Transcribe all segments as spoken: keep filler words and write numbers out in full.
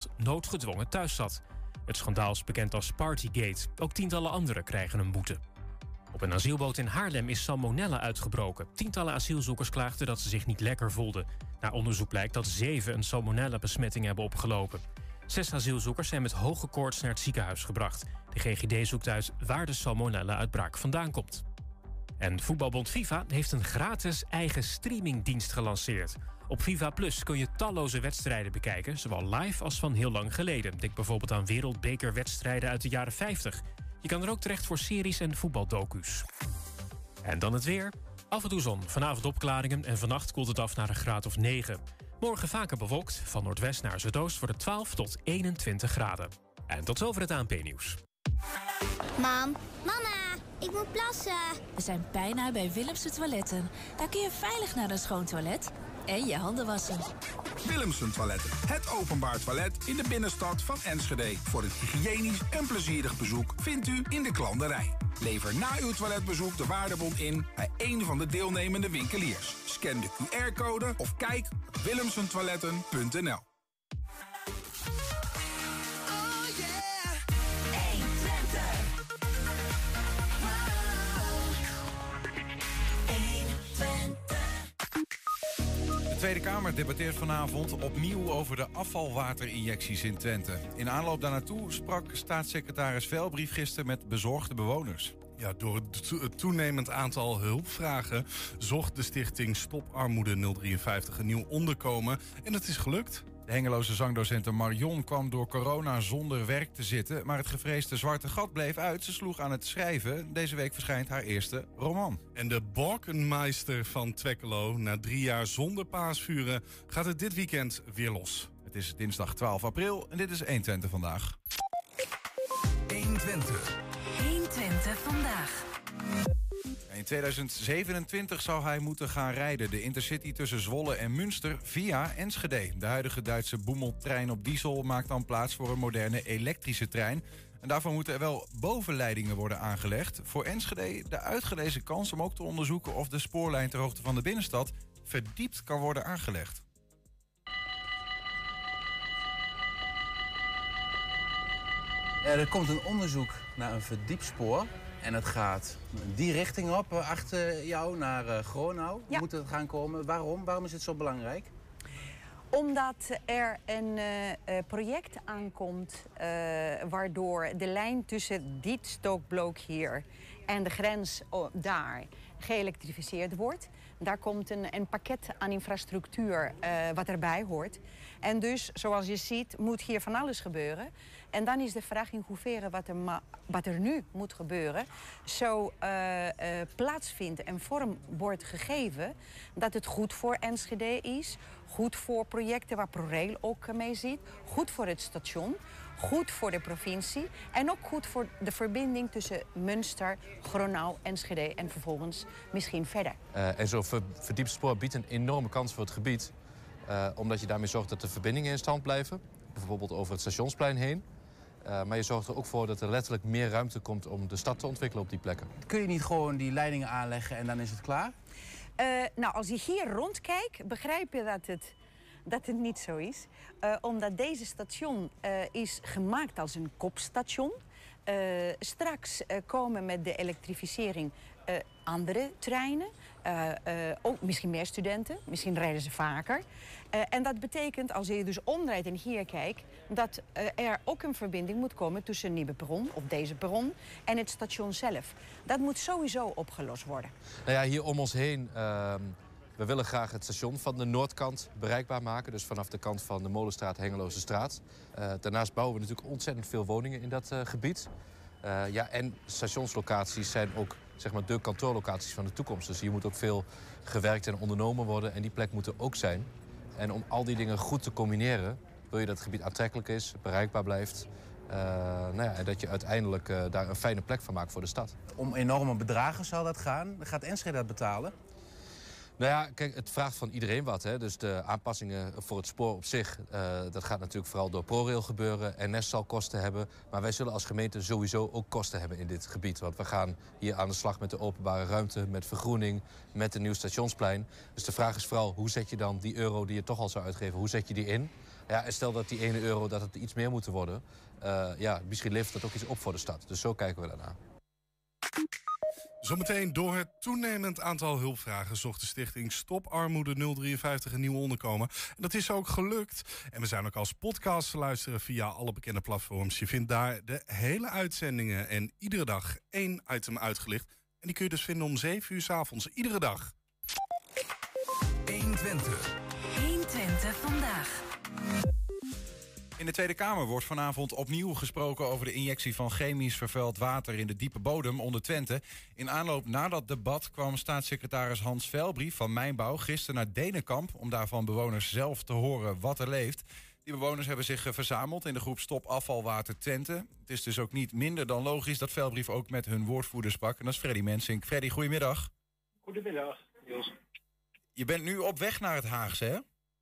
Delft noodgedwongen thuis zat. Het schandaal is bekend als Partygate. Ook tientallen anderen krijgen een boete. Op een asielboot in Haarlem is salmonella uitgebroken. Tientallen asielzoekers klaagden dat ze zich niet lekker voelden. Na onderzoek blijkt dat zeven een salmonella-besmetting hebben opgelopen. Zes asielzoekers zijn met hoge koorts naar het ziekenhuis gebracht. De G G D zoekt uit waar de salmonella-uitbraak vandaan komt. En voetbalbond FIFA heeft een gratis eigen streamingdienst gelanceerd. Op FIFA Plus kun je talloze wedstrijden bekijken, zowel live als van heel lang geleden. Denk bijvoorbeeld aan wereldbekerwedstrijden uit de jaren vijftig. Je kan er ook terecht voor series en voetbaldocu's. En dan het weer. Af en toe zon, vanavond opklaringen en vannacht koelt het af naar een graad of negen. Morgen vaker bewolkt, van noordwest naar zuidoost wordt het twaalf tot eenentwintig graden. En tot zover het A N P-nieuws. Mam, mama, ik moet plassen. We zijn bijna bij Willemsen Toiletten. Daar kun je veilig naar een schoon toilet en je handen wassen. Willemsen Toiletten, het openbaar toilet in de binnenstad van Enschede. Voor een hygiënisch en plezierig bezoek vindt u in de klanderij. Lever na uw toiletbezoek de waardebon in bij een van de deelnemende winkeliers. Scan de Q R-code of kijk op willemsen toiletten punt n l. De Tweede Kamer debatteert vanavond opnieuw over de afvalwaterinjecties in Twente. In aanloop daarnaartoe sprak staatssecretaris Velbrief gisteren met bezorgde bewoners. Ja, door het toenemend aantal hulpvragen zocht de stichting Stop Armoede nul drieënvijftig een nieuw onderkomen. En dat is gelukt. De Hengeloze zangdocente Marion kwam door corona zonder werk te zitten, maar het gevreesde zwarte gat bleef uit. Ze sloeg aan het schrijven. Deze week verschijnt haar eerste roman. En de Borkenmeister van Twekkelo, na drie jaar zonder paasvuren, gaat het dit weekend weer los. Het is dinsdag twaalf april en dit is honderdtwintig vandaag. honderdtwintig. honderdtwintig vandaag. In tweeduizend zevenentwintig zou hij moeten gaan rijden. De Intercity tussen Zwolle en Münster via Enschede. De huidige Duitse boemeltrein op diesel maakt dan plaats voor een moderne elektrische trein. En daarvoor moeten er wel bovenleidingen worden aangelegd. Voor Enschede de uitgelezen kans om ook te onderzoeken of de spoorlijn ter hoogte van de binnenstad verdiept kan worden aangelegd. Er komt een onderzoek naar een verdiepspoor. En het gaat die richting op, achter jou, naar uh, Gronau. Ja. Moet het gaan komen. Waarom? Waarom is het zo belangrijk? Omdat er een uh, project aankomt uh, waardoor de lijn tussen dit stookblok hier en de grens oh, daar geëlektrificeerd wordt. Daar komt een, een pakket aan infrastructuur uh, wat erbij hoort. En dus, zoals je ziet, moet hier van alles gebeuren. En dan is de vraag in hoeverre wat er, ma- wat er nu moet gebeuren zo uh, uh, plaatsvindt en vorm wordt gegeven dat het goed voor Enschede is, goed voor projecten waar ProRail ook mee zit, goed voor het station, goed voor de provincie en ook goed voor de verbinding tussen Münster, Gronau, Enschede en vervolgens misschien verder. Uh, en zo'n ver- verdiepspoor biedt een enorme kans voor het gebied. Uh, omdat je daarmee zorgt dat de verbindingen in stand blijven. Bijvoorbeeld over het stationsplein heen. Uh, maar je zorgt er ook voor dat er letterlijk meer ruimte komt om de stad te ontwikkelen op die plekken. Kun je niet gewoon die leidingen aanleggen en dan is het klaar? Uh, nou, als je hier rondkijkt, begrijp je dat het, dat het niet zo is. Uh, omdat deze station uh, is gemaakt als een kopstation. Uh, straks uh, komen met de elektrificering uh, andere treinen. Uh, uh, ook misschien meer studenten, misschien rijden ze vaker. Uh, en dat betekent, als je dus omdraait en hier kijkt, dat uh, er ook een verbinding moet komen tussen Nieuwe Perron, of deze perron, en het station zelf. Dat moet sowieso opgelost worden. Nou ja, hier om ons heen, uh, we willen graag het station van de noordkant bereikbaar maken. Dus vanaf de kant van de Molenstraat, Hengeloze straat. Uh, daarnaast bouwen we natuurlijk ontzettend veel woningen in dat uh, gebied. Uh, ja, en stationslocaties zijn ook zeg maar, de kantoorlocaties van de toekomst. Dus hier moet ook veel gewerkt en ondernomen worden. En die plek moet er ook zijn. En om al die dingen goed te combineren, wil je dat het gebied aantrekkelijk is, bereikbaar blijft. Uh, nou ja, en dat je uiteindelijk uh, daar een fijne plek van maakt voor de stad. Om enorme bedragen zal dat gaan. Gaat Enschede dat betalen? Nou ja, kijk, het vraagt van iedereen wat. Hè. Dus de aanpassingen voor het spoor op zich, uh, dat gaat natuurlijk vooral door ProRail gebeuren. N S zal kosten hebben, maar wij zullen als gemeente sowieso ook kosten hebben in dit gebied. Want we gaan hier aan de slag met de openbare ruimte, met vergroening, met een nieuw stationsplein. Dus de vraag is vooral, hoe zet je dan die euro die je toch al zou uitgeven, hoe zet je die in? Ja, en stel dat die ene euro dat het iets meer moet worden. Uh, ja, misschien levert dat ook iets op voor de stad. Dus zo kijken we daarnaar. Zometeen door het toenemend aantal hulpvragen zocht de stichting Stop Armoede nul drieënvijftig een nieuw onderkomen. En dat is ook gelukt. En we zijn ook als podcast te luisteren via alle bekende platforms. Je vindt daar de hele uitzendingen en iedere dag één item uitgelicht. En die kun je dus vinden om zeven uur 's avonds, iedere dag. honderdtwintig. honderdtwintig vandaag. In de Tweede Kamer wordt vanavond opnieuw gesproken over de injectie van chemisch vervuild water in de diepe bodem onder Twente. In aanloop naar dat debat kwam staatssecretaris Hans Velbrief van Mijnbouw gisteren naar Denenkamp om daar van bewoners zelf te horen wat er leeft. Die bewoners hebben zich verzameld in de groep Stop Afvalwater Twente. Het is dus ook niet minder dan logisch dat Velbrief ook met hun woordvoerder sprak. En dat is Freddy Mensink. Freddy, goedemiddag. Goedemiddag, Niels. Je bent nu op weg naar het Haagse, hè?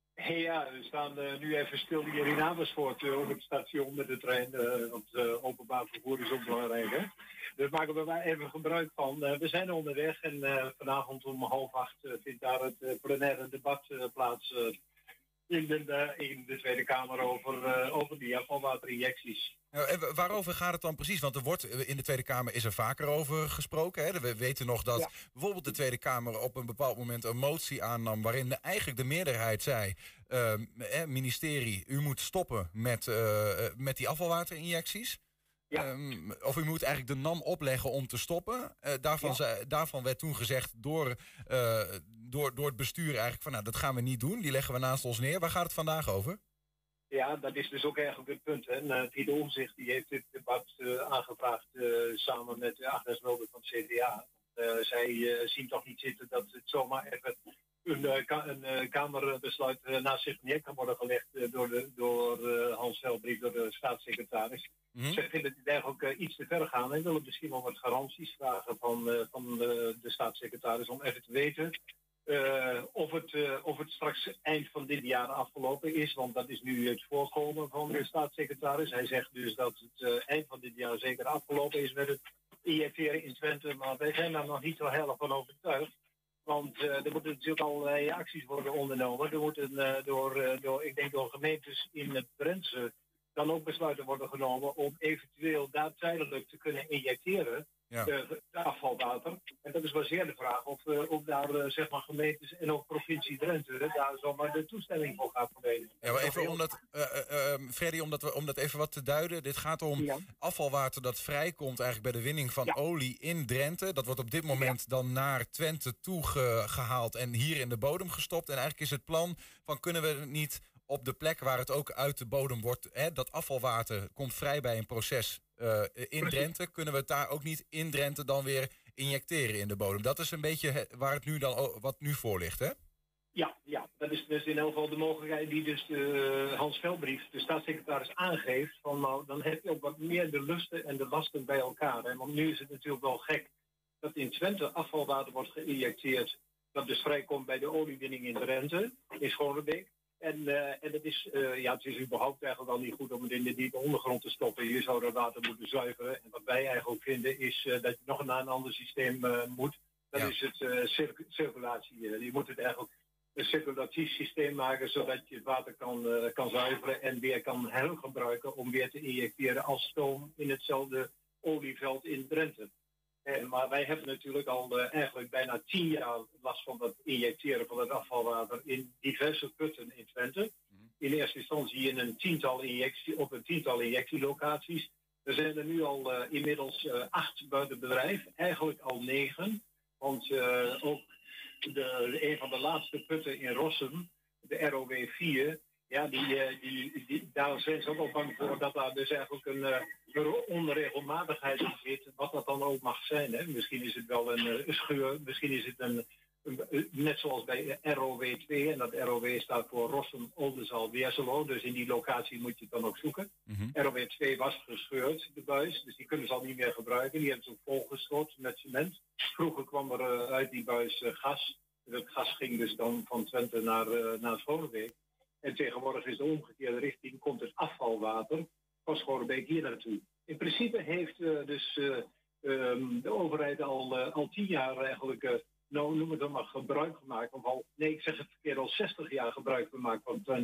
Ja, we staan uh, nu even stil hier in Amersfoort uh, op het station met de trein. Uh, want uh, openbaar vervoer is ook belangrijk, hè? Dus maken we daar even gebruik van. Uh, we zijn onderweg en uh, vanavond om half acht uh, vindt daar het uh, plenaire debat uh, plaats uh, in, de, uh, in de Tweede Kamer over, uh, over die afvalwaterinjecties. Nou, en waarover gaat het dan precies? Want er wordt in de Tweede Kamer is er vaker over gesproken. Hè? We weten nog dat ja. bijvoorbeeld de Tweede Kamer op een bepaald moment een motie aannam waarin de, eigenlijk de meerderheid zei, uh, eh, ministerie, u moet stoppen met, uh, met die afvalwaterinjecties. Ja. Um, of u moet eigenlijk de N A M opleggen om te stoppen. Uh, daarvan, ja. zei, daarvan werd toen gezegd door, uh, door, door het bestuur eigenlijk van, nou, dat gaan we niet doen. Die leggen we naast ons neer. Waar gaat het vandaag over? Ja, dat is dus ook eigenlijk het punt. Hè. Uh, Guido Omtzigt die heeft dit debat uh, aangevraagd uh, samen met uh, Agnes Mulder van het C D A. Uh, zij uh, zien toch niet zitten dat het zomaar even een, uh, ka- een uh, kamerbesluit uh, naast zich neer kan worden gelegd uh, door, de, door uh, Hans Velbrief, door de staatssecretaris. Mm-hmm. Ze vinden het eigenlijk uh, iets te ver gaan en willen misschien wel wat garanties vragen van, uh, van uh, de staatssecretaris om even te weten Uh, of, het, uh, of het straks eind van dit jaar afgelopen is, want dat is nu het voorkomen van de staatssecretaris. Hij zegt dus dat het uh, eind van dit jaar zeker afgelopen is met het injecteren in Twente, maar wij zijn daar nog niet zo heel erg van overtuigd. Want uh, er moeten natuurlijk allerlei acties worden ondernomen. Er moeten uh, door, uh, door, ik denk door gemeentes in het Drentse dan ook besluiten worden genomen om eventueel daar tijdelijk te kunnen injecteren. Ja. De, de afvalwater. En dat is wel zeer de vraag of, uh, of daar uh, zeg maar gemeentes en ook provincie Drenthe daar zomaar de toestemming voor gaat verlenen. Ja, maar even om dat, uh, uh, Freddy, om dat, om dat even wat te duiden. Dit gaat om ja. afvalwater dat vrijkomt eigenlijk bij de winning van ja. olie in Drenthe. Dat wordt op dit moment ja. dan naar Twente toe ge, gehaald en hier in de bodem gestopt. En eigenlijk is het plan van kunnen we het niet op de plek waar het ook uit de bodem wordt, hè, dat afvalwater komt vrij bij een proces uh, in Drenthe. Kunnen we het daar ook niet in Drenthe dan weer injecteren in de bodem? Dat is een beetje waar het nu dan wat nu voor ligt, hè? Ja, ja, dat is dus in elk geval de mogelijkheid die dus de Hans Velbrief, de staatssecretaris, aangeeft. Van nou, dan heb je ook wat meer de lusten en de lasten bij elkaar. Hè? Want nu is het natuurlijk wel gek dat in Twente afvalwater wordt geïnjecteerd, dat dus vrijkomt bij de oliewinning in Drenthe, in Schonebeek. En, uh, en het, is, uh, ja, het is überhaupt eigenlijk al niet goed om het in de diepe ondergrond te stoppen. Je zou dat water moeten zuiveren. En wat wij eigenlijk vinden is uh, dat je nog naar een ander systeem uh, moet. Dat ja. is het uh, circ- circulatie. Uh, je moet het eigenlijk een circulatief systeem maken zodat je het water kan, uh, kan zuiveren en weer kan hergebruiken om weer te injecteren als stoom in hetzelfde olieveld in Drenthe. Eh, maar wij hebben natuurlijk al uh, eigenlijk bijna tien jaar last van het injecteren van het afvalwater in diverse putten in Twente. Mm-hmm. In eerste instantie in een tiental injectie, op een tiental injectielocaties. Er zijn er nu al uh, inmiddels uh, acht buiten bedrijf, eigenlijk al negen. Want uh, ook de, een van de laatste putten in Rossum, de R O W vier... Ja, die, die, die, daar zijn ze ook al bang voor dat daar dus eigenlijk een, een onregelmatigheid in zit. Wat dat dan ook mag zijn. Hè. Misschien is het wel een, een scheur, misschien is het een, een, net zoals bij R O W twee. En dat R O W staat voor Rossum, Oldenzaal, Weerselo. Dus in die locatie moet je het dan ook zoeken. Mm-hmm. R O W twee was gescheurd, de buis. Dus die kunnen ze al niet meer gebruiken. Die hebben ze ook volgestort met cement. Vroeger kwam er uh, uit die buis uh, gas. Dat gas ging dus dan van Twente naar, uh, naar Schonebeek. En tegenwoordig is de omgekeerde richting, komt het afvalwater van Schonebeek hier naartoe. In principe heeft uh, dus uh, um, de overheid al, uh, al tien jaar eigenlijk, uh, nou noem het dan maar, gebruik gemaakt. Of al, nee, ik zeg het verkeerd, al zestig jaar gebruik gemaakt van Twente.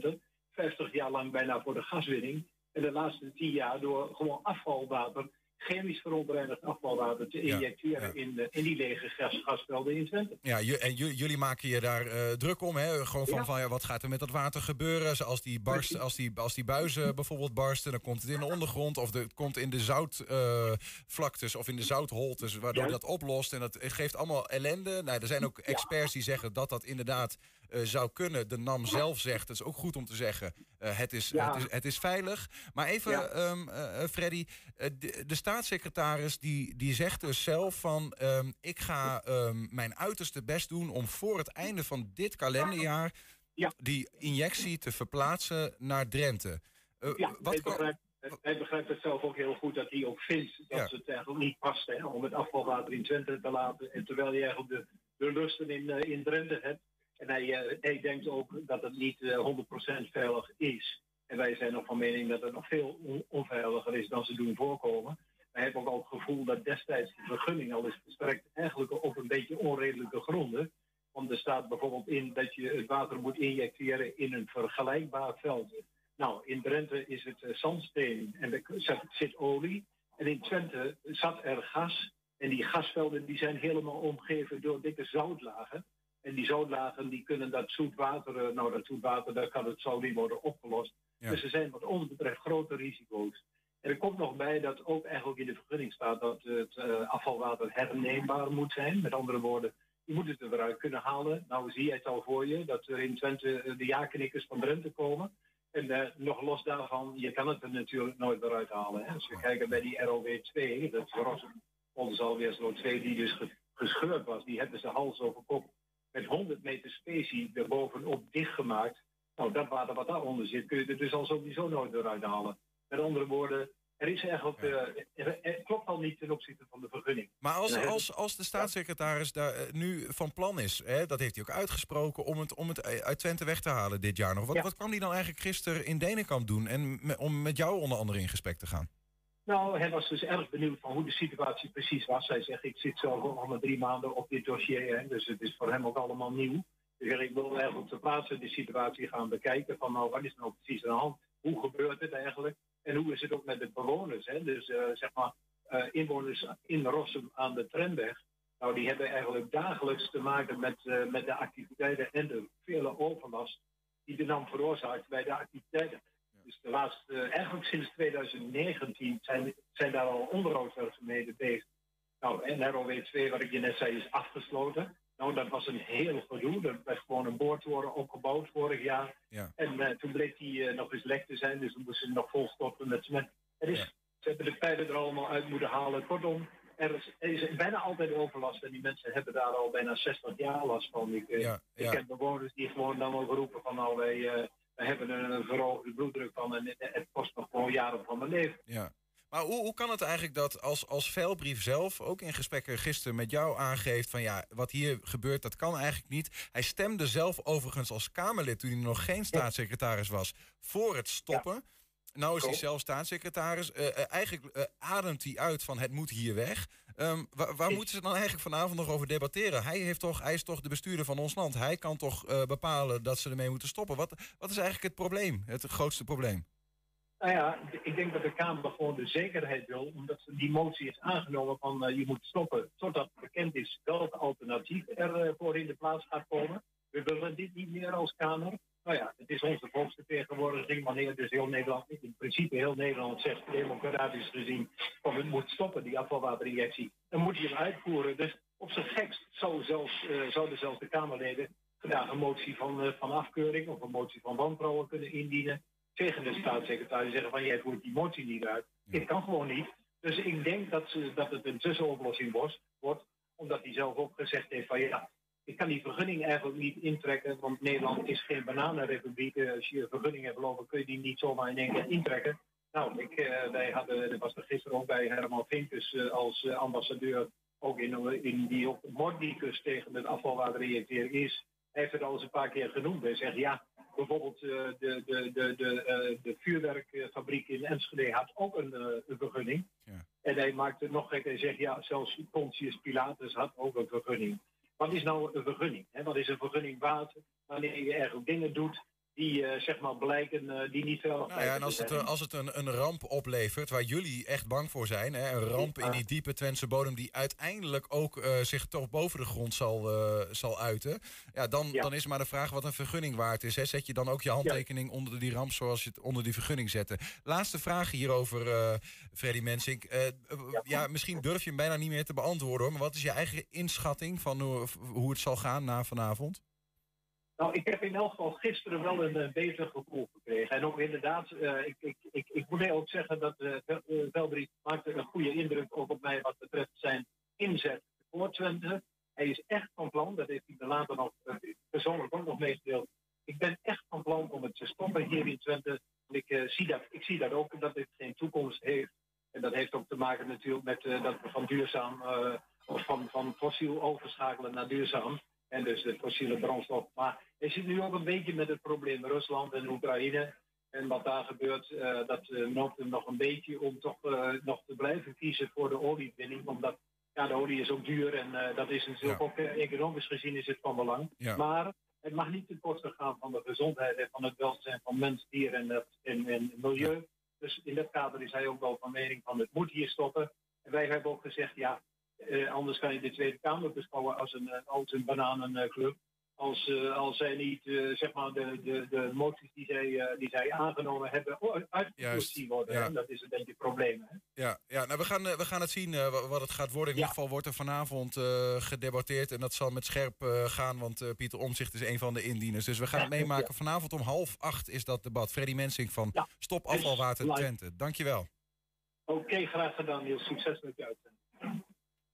vijftig jaar lang bijna voor de gaswinning. En de laatste tien jaar door gewoon afvalwater, chemisch verontreinigd afvalwater te injecteren ja, ja. In, de, in die lege gas, gasvelden in Twente. Ja, en jullie maken je daar uh, druk om, hè? Gewoon van, ja. van ja, wat gaat er met dat water gebeuren? Als die, barst, als die, als die buizen bijvoorbeeld barsten, dan komt het in de ondergrond of de, het komt in de zoutvlaktes uh, of in de zoutholtes, waardoor ja. dat oplost. En dat geeft allemaal ellende. Nou, er zijn ook experts die zeggen dat dat inderdaad uh, zou kunnen. De N A M zelf zegt, het is ook goed om te zeggen, uh, het, is, ja. het, is, het is veilig. Maar even, ja. um, uh, Freddy, uh, de, de staatssecretaris die, die zegt dus zelf van, um, ik ga um, mijn uiterste best doen om voor het einde van dit kalenderjaar ja. die injectie te verplaatsen naar Drenthe. Uh, ja, wat hij, begrijpt, hij begrijpt het zelf ook heel goed dat hij ook vindt dat ja. het eigenlijk niet past, hè, om het afvalwater in Twente te laten. En terwijl je eigenlijk de, de lusten in, uh, in Drenthe hebt. En hij, uh, hij denkt ook dat het niet uh, honderd procent veilig is. En wij zijn nog van mening dat het nog veel on- onveiliger is dan ze doen voorkomen. Wij hebben ook al het gevoel dat destijds de vergunning al is verstrekt eigenlijk op een beetje onredelijke gronden. Want er staat bijvoorbeeld in dat je het water moet injecteren in een vergelijkbaar veld. Nou, in Drenthe is het uh, zandsteen en er zit olie. En in Twente zat er gas. En die gasvelden die zijn helemaal omgeven door dikke zoutlagen. En die zoutlagen die kunnen dat zoetwater, nou dat zoetwater, daar kan het zout niet worden opgelost. Ja. Dus er zijn wat ons betreft grote risico's. En er komt nog bij dat ook eigenlijk in de vergunning staat dat het uh, afvalwater herneembaar moet zijn. Met andere woorden, je moet het er weer uit kunnen halen. Nou zie jij het al voor je, dat er in Twente uh, de ja-knikkers van Drenthe komen. En uh, nog los daarvan, je kan het er natuurlijk nooit weer uithalen. Hè. Als we kijken bij die R O W twee, dat was ons alweer zo'n twee die dus gescheurd was. Die hebben ze hals over kop met honderd meter specie erbovenop dichtgemaakt. Nou, dat water wat daaronder zit, kun je er dus al sowieso nooit weer uithalen. Met andere woorden, er is eigenlijk, uh, er, er klopt al niet ten opzichte van de vergunning. Maar als, als, als de staatssecretaris daar uh, nu van plan is, hè, dat heeft hij ook uitgesproken, om het, om het uit Twente weg te halen dit jaar nog. Wat, ja. wat kan hij dan eigenlijk gisteren in Denenkamp doen en me, om met jou onder andere in gesprek te gaan? Nou, hij was dus erg benieuwd van hoe de situatie precies was. Hij zegt, ik zit zelf al maar drie maanden op dit dossier, hè, dus het is voor hem ook allemaal nieuw. Dus ik wil eigenlijk ter plaatse de situatie gaan bekijken van nou, wat is nou precies aan de hand? Hoe gebeurt het eigenlijk? En hoe is het ook met de bewoners? Hè? Dus uh, zeg maar, uh, inwoners in Rossum aan de Tremweg, nou die hebben eigenlijk dagelijks te maken met, uh, met de activiteiten en de vele overlast die de N A M veroorzaakt bij de activiteiten. Dus de laatste, uh, eigenlijk sinds twintig negentien zijn, zijn daar al onderhoudswerkzaamheden bezig. Nou, en R O W twee, wat ik je net zei, is afgesloten. Nou, dat was een heel gedoe. Er werd gewoon een boortoren opgebouwd vorig jaar. Ja. En uh, toen bleek die uh, nog eens lek te zijn, dus toen moesten ze nog volstoppen met cement. Er is, ja. Ze hebben de pijlen er allemaal uit moeten halen. Kortom, er is, er is bijna altijd overlast. En die mensen hebben daar al bijna zestig jaar last van. Ik, uh, ja, ja. ik ken bewoners die gewoon dan ook roepen van nou, wij, uh, wij hebben een verhoogde bloeddruk van en het kost nog gewoon jaren van mijn leven. Ja. Maar hoe, hoe kan het eigenlijk dat als, als Veilbrief zelf, ook in gesprekken gisteren met jou aangeeft van ja, wat hier gebeurt, dat kan eigenlijk niet. Hij stemde zelf overigens als Kamerlid, toen hij nog geen staatssecretaris was, voor het stoppen. Ja. Nou is hij zelf staatssecretaris. Uh, uh, eigenlijk uh, ademt hij uit van het moet hier weg. Um, waar waar moeten ze dan eigenlijk vanavond nog over debatteren? Hij, heeft toch, hij is toch de bestuurder van ons land. Hij kan toch uh, bepalen dat ze ermee moeten stoppen. Wat, wat is eigenlijk het probleem, het grootste probleem? Nou ja, ik denk dat de Kamer gewoon de zekerheid wil, omdat die motie is aangenomen van uh, je moet stoppen totdat bekend is welk alternatief er uh, voor in de plaats gaat komen. We willen dit niet meer als Kamer. Nou ja, het is onze volksvertegenwoordiging wanneer dus heel Nederland, in principe heel Nederland zegt, democratisch gezien, van het moet stoppen, die afvalwaterinjectie. Dan moet je hem uitvoeren. Dus op zijn gekst zou zelfs, uh, zouden zelfs de Kamerleden vandaag een motie van, uh, van afkeuring of een motie van wantrouwen kunnen indienen tegen de staatssecretaris zeggen van jij voert die motie niet uit. Ja. Dit kan gewoon niet. Dus ik denk dat, ze, dat het een tussenoplossing wordt, wordt, omdat hij zelf ook gezegd heeft van ja, ik kan die vergunning eigenlijk niet intrekken, want Nederland is geen bananenrepubliek. Als je een vergunning hebt lopen, kun je die niet zomaar in één keer intrekken. Nou, ik, uh, wij hadden, dat was er gisteren ook bij Herman Vinkers uh, als uh, ambassadeur, ook in, in die op Mordicus tegen het afvalwater injecteren is. Hij heeft het al eens een paar keer genoemd. Hij zegt ja, bijvoorbeeld uh, de, de, de, de, uh, de vuurwerkfabriek in Enschede had ook een, uh, een vergunning. Ja. En hij maakte het nog gek. Hij zegt ja, zelfs Pontius Pilatus had ook een vergunning. Wat is nou een vergunning? Hè? Wat is een vergunning waard wanneer je eigenlijk dingen doet die uh, zeg maar blijken uh, die niet veilig nou ja, en als het, uh, als het een, een ramp oplevert waar jullie echt bang voor zijn, hè, een ramp ja. in die diepe Twentse bodem die uiteindelijk ook uh, zich toch boven de grond zal, uh, zal uiten, ja, dan, ja. dan is maar de vraag wat een vergunning waard is. Hè. Zet je dan ook je handtekening ja. onder die ramp zoals je het onder die vergunning zette? Laatste vraag hierover, uh, Freddy Mensink. Uh, ja. ja, misschien durf je hem bijna niet meer te beantwoorden, hoor, maar wat is je eigen inschatting van hoe, hoe het zal gaan na vanavond? Nou, ik heb in elk geval gisteren wel een uh, beter gevoel gekregen. En ook inderdaad, uh, ik, ik, ik, ik moet ook zeggen dat uh, Veldriet maakte een goede indruk ook op mij wat betreft zijn inzet voor Twente. Hij is echt van plan, dat heeft hij me later nog uh, persoonlijk ook nog meegedeeld. Ik ben echt van plan om het te stoppen hier in Twente. Ik, uh, zie dat, ik zie dat ook, dat dit geen toekomst heeft. En dat heeft ook te maken natuurlijk met uh, dat we van duurzaam, uh, of van, van fossiel overschakelen naar duurzaam. En dus de fossiele brandstof. Maar je zit nu ook een beetje met het probleem Rusland en Oekraïne. En wat daar gebeurt, uh, dat uh, noopt hem nog een beetje om toch uh, nog te blijven kiezen voor de oliewinning. Omdat ja, de olie is ook duur en uh, dat is natuurlijk ja. ook uh, economisch gezien is het van belang. Ja. Maar het mag niet ten koste gaan van de gezondheid en van het welzijn van mens, dier en, uh, en, en milieu. Ja. Dus in dat kader is hij ook wel van mening van het moet hier stoppen. En wij hebben ook gezegd, ja, uh, anders kan je de Tweede Kamer beschouwen als een, een oud en bananenclub. Als, uh, als zij niet, uh, zeg maar, de, de, de moties die zij, uh, die zij aangenomen hebben uitgevoerd zien worden. Ja. Dat is een beetje het probleem. Hè? Ja, ja nou, we, gaan, uh, we gaan het zien uh, wat het gaat worden. In ja. ieder geval wordt er vanavond uh, gedebatteerd. En dat zal met scherp uh, gaan, want uh, Pieter Omtzigt is een van de indieners. Dus we gaan ja, het meemaken. Ja. Vanavond om half acht is dat debat. Freddy Mensink van ja. Stop Afvalwater dus, Twente. Dankjewel. Oké, okay, graag gedaan, Niels. Succes met je uitzending.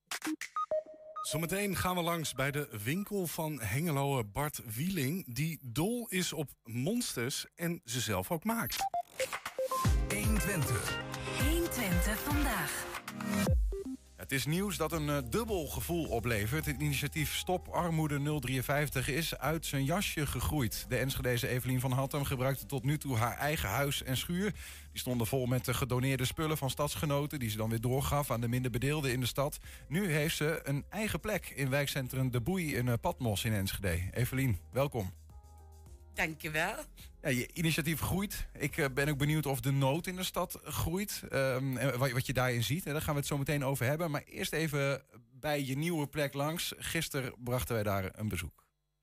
Zometeen gaan we langs bij de winkel van Hengeloer Bart Wieling, die dol is op monsters en ze zelf ook maakt. honderdtwintig. honderdtwintig vandaag. Het is nieuws dat een uh, dubbel gevoel oplevert. Het initiatief Stop Armoede nul drieënvijftig is uit zijn jasje gegroeid. De Enschedese Evelien van Hattem gebruikte tot nu toe haar eigen huis en schuur. Die stonden vol met de gedoneerde spullen van stadsgenoten, die ze dan weer doorgaf aan de minder bedeelden in de stad. Nu heeft ze een eigen plek in wijkcentrum De Boei in uh, Patmos in Enschede. Evelien, welkom. Dankjewel. Ja, je initiatief groeit. Ik uh, ben ook benieuwd of de nood in de stad groeit. Um, en wat, wat je daarin ziet. Hè, daar gaan we het zo meteen over hebben. Maar eerst even bij je nieuwe plek langs. Gisteren brachten wij daar een bezoek.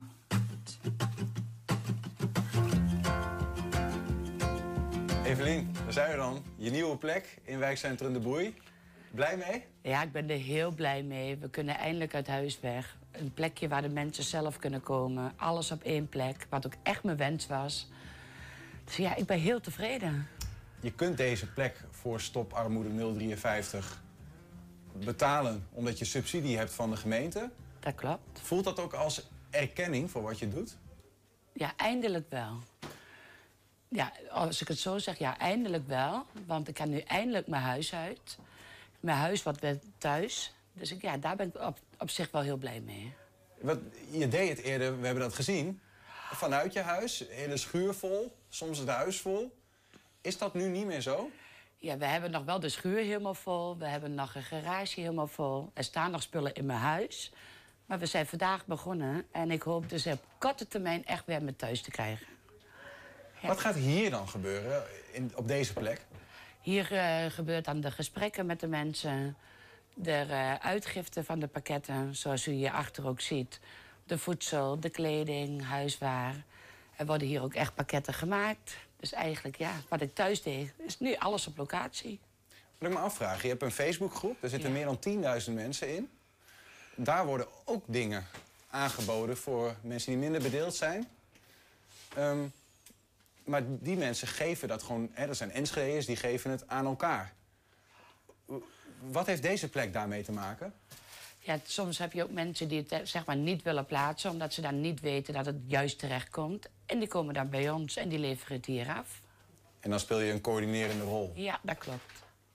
Evelien, daar zijn we dan. Je nieuwe plek in wijkcentrum De Boei. Blij mee? Ja, ik ben er heel blij mee. We kunnen eindelijk uit huis weg. Een plekje waar de mensen zelf kunnen komen. Alles op één plek, wat ook echt mijn wens was. Dus ja, ik ben heel tevreden. Je kunt deze plek voor Stop Armoede nul drieënvijftig betalen omdat je subsidie hebt van de gemeente. Dat klopt. Voelt dat ook als erkenning voor wat je doet? Ja, eindelijk wel. Ja, als ik het zo zeg, ja, eindelijk wel. Want ik kan nu eindelijk mijn huis uit. Mijn huis wordt weer thuis. Dus ik, ja, daar ben ik op, op zich wel heel blij mee. Wat, je deed het eerder, we hebben dat gezien. Vanuit je huis, hele schuur vol, soms het huis vol. Is dat nu niet meer zo? Ja, we hebben nog wel de schuur helemaal vol. We hebben nog een garage helemaal vol. Er staan nog spullen in mijn huis. Maar we zijn vandaag begonnen. En ik hoop dus op korte termijn echt weer met thuis te krijgen. Ja. Wat gaat hier dan gebeuren, in, op deze plek? Hier uh, gebeurt dan de gesprekken met de mensen. De uh, uitgifte van de pakketten, zoals u hierachter ook ziet. De voedsel, de kleding, huiswaar. Er worden hier ook echt pakketten gemaakt. Dus eigenlijk, ja, wat ik thuis deed, is nu alles op locatie. Wat ik me afvraag, je hebt een Facebookgroep. Daar zitten ja. meer dan tienduizend mensen in. Daar worden ook dingen aangeboden voor mensen die minder bedeeld zijn. Um, maar die mensen geven dat gewoon... Hè, dat zijn Enschede'ers, die geven het aan elkaar. Wat heeft deze plek daarmee te maken? Ja, soms heb je ook mensen die het zeg maar niet willen plaatsen, omdat ze dan niet weten dat het juist terecht komt. En die komen dan bij ons en die leveren het hier af. En dan speel je een coördinerende rol? Ja, dat klopt.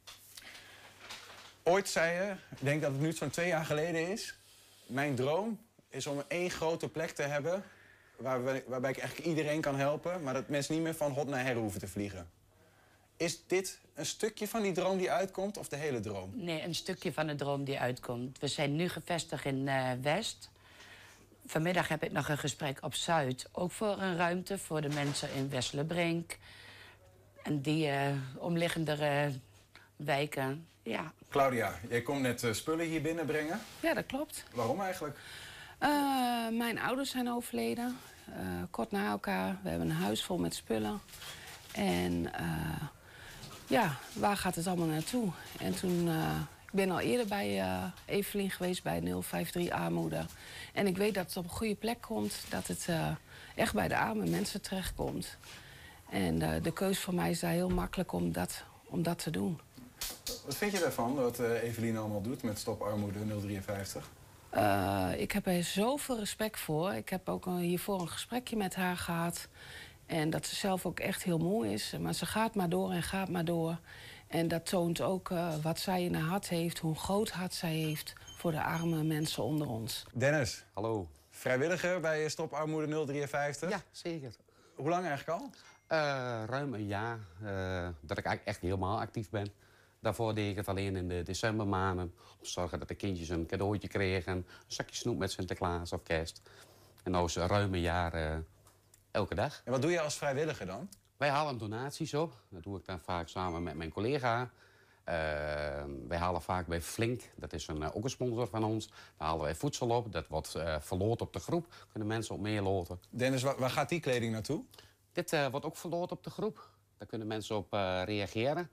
Ooit zei je, ik denk dat het nu zo'n twee jaar geleden is... mijn droom is om één grote plek te hebben... Waarbij, waarbij ik eigenlijk iedereen kan helpen... maar dat mensen niet meer van hot naar her hoeven te vliegen. Is dit een stukje van die droom die uitkomt of de hele droom? Nee, een stukje van de droom die uitkomt. We zijn nu gevestigd in uh, West. vanmiddag heb ik nog een gesprek op Zuid. Ook voor een ruimte voor de mensen in Westelenbrink. En die uh, omliggende uh, wijken, ja. Claudia, jij komt net uh, spullen hier binnenbrengen. Ja, dat klopt. Waarom eigenlijk? Uh, mijn ouders zijn overleden, uh, kort na elkaar. We hebben een huis vol met spullen. En uh, ja, waar gaat het allemaal naartoe? En toen, uh, ik ben al eerder bij uh, Evelien geweest bij nul vijf drie Armoede. En ik weet dat het op een goede plek komt, dat het uh, echt bij de arme mensen terechtkomt. En uh, de keus voor mij is daar heel makkelijk om dat, om dat te doen. Wat vind je daarvan, wat uh, Evelien allemaal doet met Stop Armoede nul drieënvijftig? Uh, ik heb er zoveel respect voor. Ik heb ook hiervoor een gesprekje met haar gehad. En dat ze zelf ook echt heel moe is. Maar ze gaat maar door en gaat maar door. En dat toont ook uh, wat zij in haar hart heeft, hoe groot hart zij heeft voor de arme mensen onder ons. Dennis. Hallo. Vrijwilliger bij Stop Armoede nul drieënvijftig? Ja, zeker. Hoe lang eigenlijk al? Uh, ruim een jaar uh, dat ik eigenlijk echt helemaal actief ben. Daarvoor deed ik het alleen in de decembermaanden. Om te zorgen dat de kindjes een cadeautje kregen. Een zakje snoep met Sinterklaas of kerst. En nu is ruim een jaar uh, elke dag. En wat doe je als vrijwilliger dan? Wij halen donaties op. Dat doe ik dan vaak samen met mijn collega. Uh, wij halen vaak bij Flink. Dat is een, uh, ook een sponsor van ons. Daar halen wij voedsel op. Dat wordt uh, verloot op de groep. Kunnen mensen op meeloten. Dennis, waar, waar gaat die kleding naartoe? Dit uh, wordt ook verloot op de groep. Daar kunnen mensen op uh, reageren.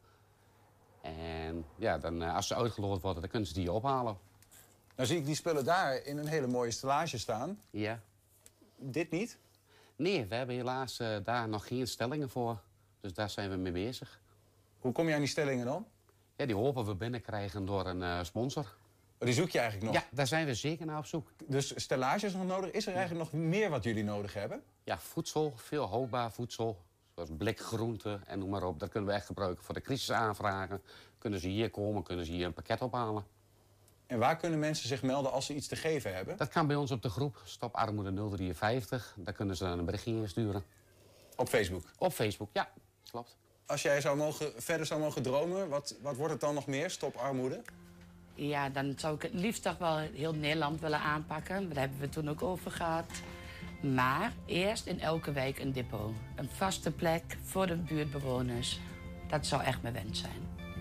En ja, dan, uh, als ze uitgeloot worden, dan kunnen ze die ophalen. Nou zie ik die spullen daar in een hele mooie stellage staan. Ja. Dit niet? Nee, we hebben helaas uh, daar nog geen stellingen voor. Dus daar zijn we mee bezig. Hoe kom je aan die stellingen dan? Ja, die hopen we binnenkrijgen door een uh, sponsor. Oh, die zoek je eigenlijk nog? Ja, daar zijn we zeker naar op zoek. Dus stellages nog nodig? Is er eigenlijk nog meer wat jullie nodig hebben? Ja, voedsel, veel houdbaar voedsel. Zoals blikgroenten en noem maar op. Dat kunnen we echt gebruiken voor de crisisaanvragen. Kunnen ze hier komen, kunnen ze hier een pakket ophalen. En waar kunnen mensen zich melden als ze iets te geven hebben? Dat kan bij ons op de groep Stop Armoede nul drieënvijftig. Daar kunnen ze een berichtje insturen. Op Facebook? Op Facebook, ja. Klopt. Als jij zou mogen, verder zou mogen dromen, wat, wat wordt het dan nog meer, Stop Armoede? Ja, dan zou ik het liefst toch wel heel Nederland willen aanpakken. Daar hebben we toen ook over gehad. Maar eerst in elke wijk een depot. Een vaste plek voor de buurtbewoners. Dat zou echt mijn wens zijn.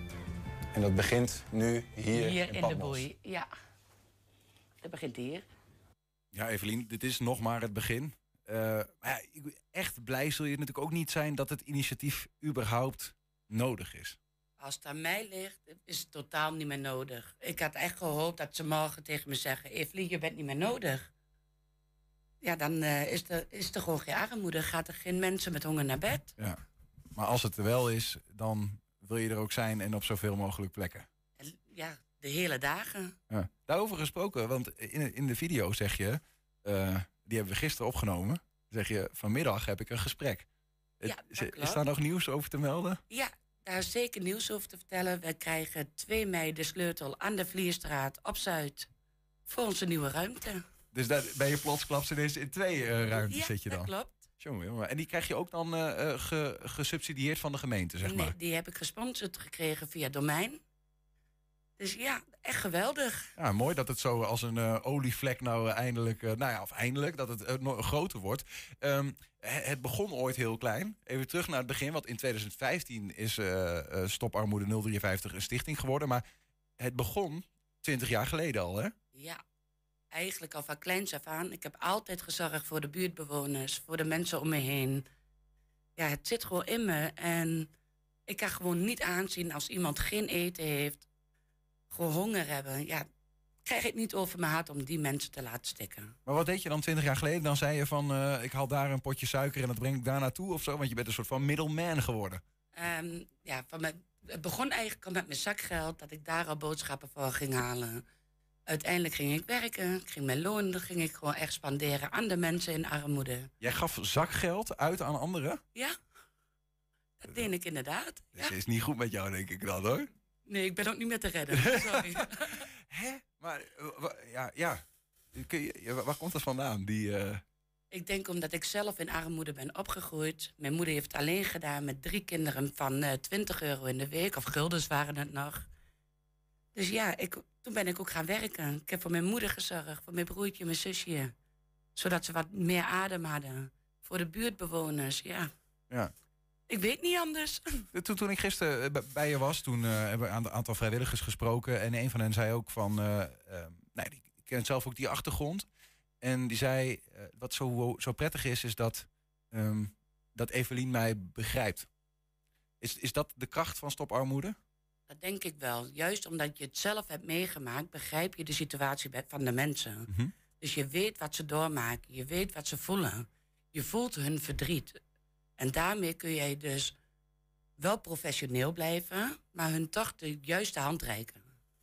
En dat begint nu hier, hier in, in de boei, ja. Dat begint hier. Ja, Evelien, dit is nog maar het begin. Uh, maar ja, echt blij zul je natuurlijk ook niet zijn dat het initiatief überhaupt nodig is. Als het aan mij ligt, is het totaal niet meer nodig. Ik had echt gehoopt dat ze morgen tegen me zeggen... Evelien, je bent niet meer nodig. Ja, dan uh, is, er, is er gewoon geen armoede. Gaat er geen mensen met honger naar bed. Ja. Maar als het er wel is, dan wil je er ook zijn en op zoveel mogelijk plekken. En, ja, de hele dagen. Ja. Daarover gesproken, want in, in de video zeg je... Uh, die hebben we gisteren opgenomen. Zeg je, vanmiddag heb ik een gesprek. Ja, is, is daar nog nieuws over te melden? Ja, daar is zeker nieuws over te vertellen. We krijgen twee mei de sleutel aan de Vlierstraat op Zuid. Voor onze nieuwe ruimte. Dus daar ben je plotsklaps ineens in twee uh, ruimtes ja, zit je dan? Ja, dat klopt. Jongen, jongen. En die krijg je ook dan uh, ge, gesubsidieerd van de gemeente, zeg nee, maar? Nee, die heb ik gesponsord gekregen via Domein. Dus ja, echt geweldig. Ja, mooi dat het zo als een uh, olievlek nou uh, eindelijk... Uh, nou ja, of eindelijk, dat het uh, nog groter wordt. Um, het begon ooit heel klein. Even terug naar het begin, want in twintig vijftien is uh, uh, Stop Armoede nul drieënvijftig een stichting geworden. Maar het begon twintig jaar geleden al, hè? Ja, eigenlijk al van kleins af aan. Ik heb altijd gezorgd voor de buurtbewoners, voor de mensen om me heen. Ja, het zit gewoon in me. En ik kan gewoon niet aanzien als iemand geen eten heeft... gewoon honger hebben, ja, krijg ik niet over mijn hart om die mensen te laten stikken. Maar wat deed je dan twintig jaar geleden? Dan zei je van, uh, ik haal daar een potje suiker en dat breng ik daar naartoe of zo? Want je bent een soort van middleman geworden. Um, ja, van mijn, het begon eigenlijk al met mijn zakgeld, dat ik daar al boodschappen voor ging halen. Uiteindelijk ging ik werken, ik ging mijn loon, dan ging ik gewoon echt spanderen aan de mensen in armoede. Jij gaf zakgeld uit aan anderen? Ja, dat deed ik inderdaad. Het ja. is niet goed met jou, denk ik dan, hoor. Nee, ik ben ook niet meer te redden, sorry. Hè? Maar, ja, ja. Kun je, waar komt dat vandaan? Die, uh... Ik denk omdat ik zelf in armoede ben opgegroeid. Mijn moeder heeft het alleen gedaan met drie kinderen van uh, twintig euro in de week. Of guldens waren het nog. Dus ja, ik, toen ben ik ook gaan werken. Ik heb voor mijn moeder gezorgd, voor mijn broertje, mijn zusje. Zodat ze wat meer adem hadden. Voor de buurtbewoners, ja. Ja. Ik weet niet anders. Toen, toen ik gisteren b- bij je was, toen uh, hebben we een aantal vrijwilligers gesproken. En een van hen zei ook van, uh, uh, nee, die kent zelf ook die achtergrond. En die zei, uh, wat zo, zo prettig is, is dat, um, dat Evelien mij begrijpt. Is, is dat de kracht van Stop Armoede? Dat denk ik wel. Juist omdat je het zelf hebt meegemaakt, begrijp je de situatie van de mensen. Mm-hmm. Dus je weet wat ze doormaken, je weet wat ze voelen. Je voelt hun verdriet. En daarmee kun jij dus wel professioneel blijven, maar hun toch de juiste hand reiken.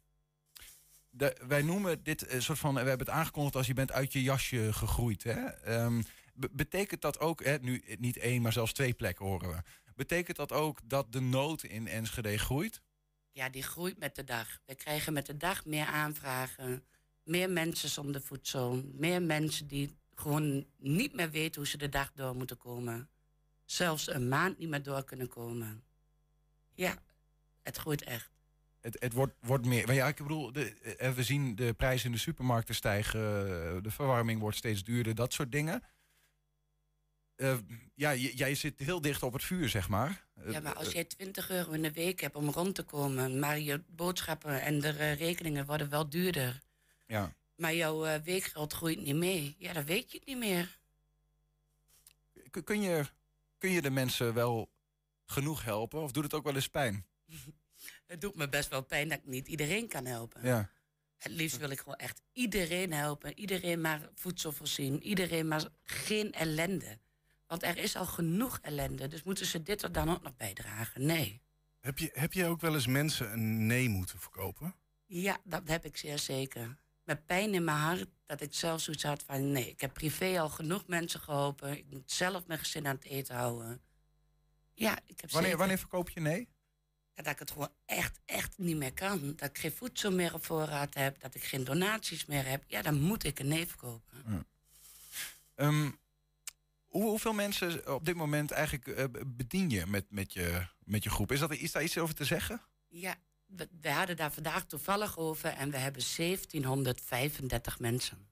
De, wij noemen dit een soort van, we hebben het aangekondigd als je bent uit je jasje gegroeid. Hè? Um, be- betekent dat ook, hè, nu niet één, maar zelfs twee plekken horen we. Betekent dat ook dat de nood in Enschede groeit? Ja, die groeit met de dag. We krijgen met de dag meer aanvragen, meer mensen zonder voedsel, meer mensen die gewoon niet meer weten hoe ze de dag door moeten komen. Zelfs een maand niet meer door kunnen komen. Ja, het groeit echt. Het, het wordt, wordt meer. Maar ja, ik bedoel, de, we zien de prijzen in de supermarkten stijgen. De verwarming wordt steeds duurder, dat soort dingen. Uh, ja, j- jij zit heel dicht op het vuur, zeg maar. Ja, maar als jij twintig euro in de week hebt om rond te komen, maar je boodschappen en de uh, rekeningen worden wel duurder. Ja. Maar jouw uh, weekgeld groeit niet mee. Ja, dan weet je het niet meer. K- kun je, kun je de mensen wel genoeg helpen? Of doet het ook wel eens pijn? Het doet me best wel pijn dat ik niet iedereen kan helpen. Ja. Het liefst wil ik gewoon echt iedereen helpen. Iedereen maar voedsel voorzien. Iedereen maar geen ellende. Want er is al genoeg ellende. Dus moeten ze dit er dan ook nog bijdragen? Nee. Heb je, heb je ook wel eens mensen een nee moeten verkopen? Ja, dat heb ik zeer zeker. Met pijn in mijn hart dat ik zelf zoiets had van... nee, ik heb privé al genoeg mensen geholpen. Ik moet zelf mijn gezin aan het eten houden. Ja, ik heb Wanneer, zeker... wanneer verkoop je nee? Ja, dat ik het gewoon echt, echt niet meer kan. Dat ik geen voedsel meer op voorraad heb. Dat ik geen donaties meer heb. Ja, dan moet ik een nee verkopen. Ja. Um, hoe, hoeveel mensen op dit moment eigenlijk uh, bedien je met, met, je met je groep? Is, dat, is daar iets over te zeggen? Ja, we, we hadden daar vandaag toevallig over. En we hebben zeventienhonderdvijfendertig mensen.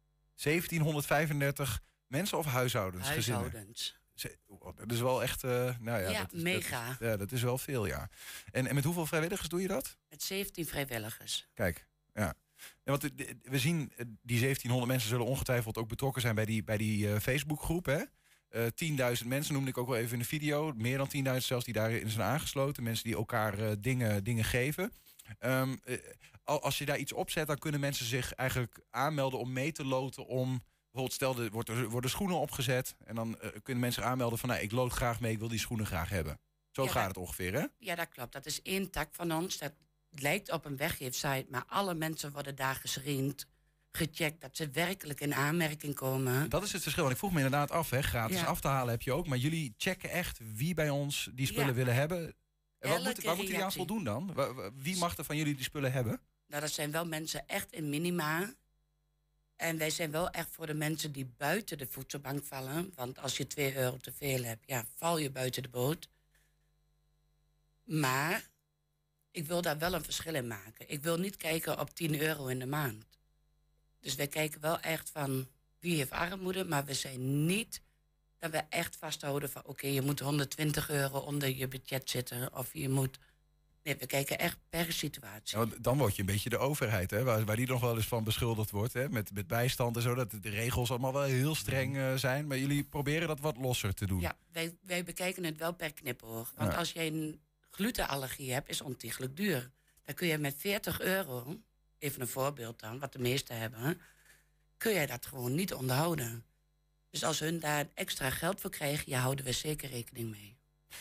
zeventienhonderdvijfendertig mensen of huishoudens? Huishoudens. Dat is wel echt... Uh, nou ja, ja dat is, mega. Dat, ja, dat is wel veel, ja. En, en met hoeveel vrijwilligers doe je dat? Met zeventien vrijwilligers. Kijk, ja. ja want we zien, die zeventienhonderd mensen zullen ongetwijfeld ook betrokken zijn bij die, bij die uh, Facebookgroep, hè? Uh, tienduizend mensen noemde ik ook wel even in de video. Meer dan tienduizend zelfs die daarin zijn aangesloten. Mensen die elkaar uh, dingen, dingen geven. Um, uh, als je daar iets op zet, dan kunnen mensen zich eigenlijk aanmelden om mee te loten om... Bijvoorbeeld stel, er wordt er worden schoenen opgezet... en dan uh, kunnen mensen aanmelden van... Nou, ik lood graag mee, ik wil die schoenen graag hebben. Zo ja, gaat dat, het ongeveer, hè? Ja, dat klopt. Dat is één tak van ons. Dat lijkt op een weggeefsite... maar alle mensen worden daar gescreend, gecheckt... dat ze werkelijk in aanmerking komen. Dat is het verschil. Want ik vroeg me inderdaad af, hè, gratis ja. af te halen heb je ook... maar jullie checken echt wie bij ons die spullen ja. willen hebben. En wat moet, waar moeten die aan voldoen dan? Wie mag er van jullie die spullen hebben? Nou, dat zijn wel mensen echt in minima... En wij zijn wel echt voor de mensen die buiten de voedselbank vallen. Want als je twee euro te veel hebt, ja, val je buiten de boot. Maar ik wil daar wel een verschil in maken. Ik wil niet kijken op tien euro in de maand. Dus wij kijken wel echt van wie heeft armoede. Maar we zijn niet dat we echt vasthouden van... oké, okay, je moet honderdtwintig euro onder je budget zitten. Of je moet... Nee, we kijken echt per situatie. Nou, dan word je een beetje de overheid, hè, waar, waar die nog wel eens van beschuldigd wordt. Hè, met, met bijstand en zo, dat de regels allemaal wel heel streng uh, zijn. Maar jullie proberen dat wat losser te doen. Ja, wij, wij bekijken het wel per knipoog. Want ja. als je een glutenallergie hebt, is ontiegelijk duur. Dan kun je met veertig euro, even een voorbeeld dan, wat de meesten hebben... kun je dat gewoon niet onderhouden. Dus als hun daar extra geld voor krijgen, ja, houden we zeker rekening mee.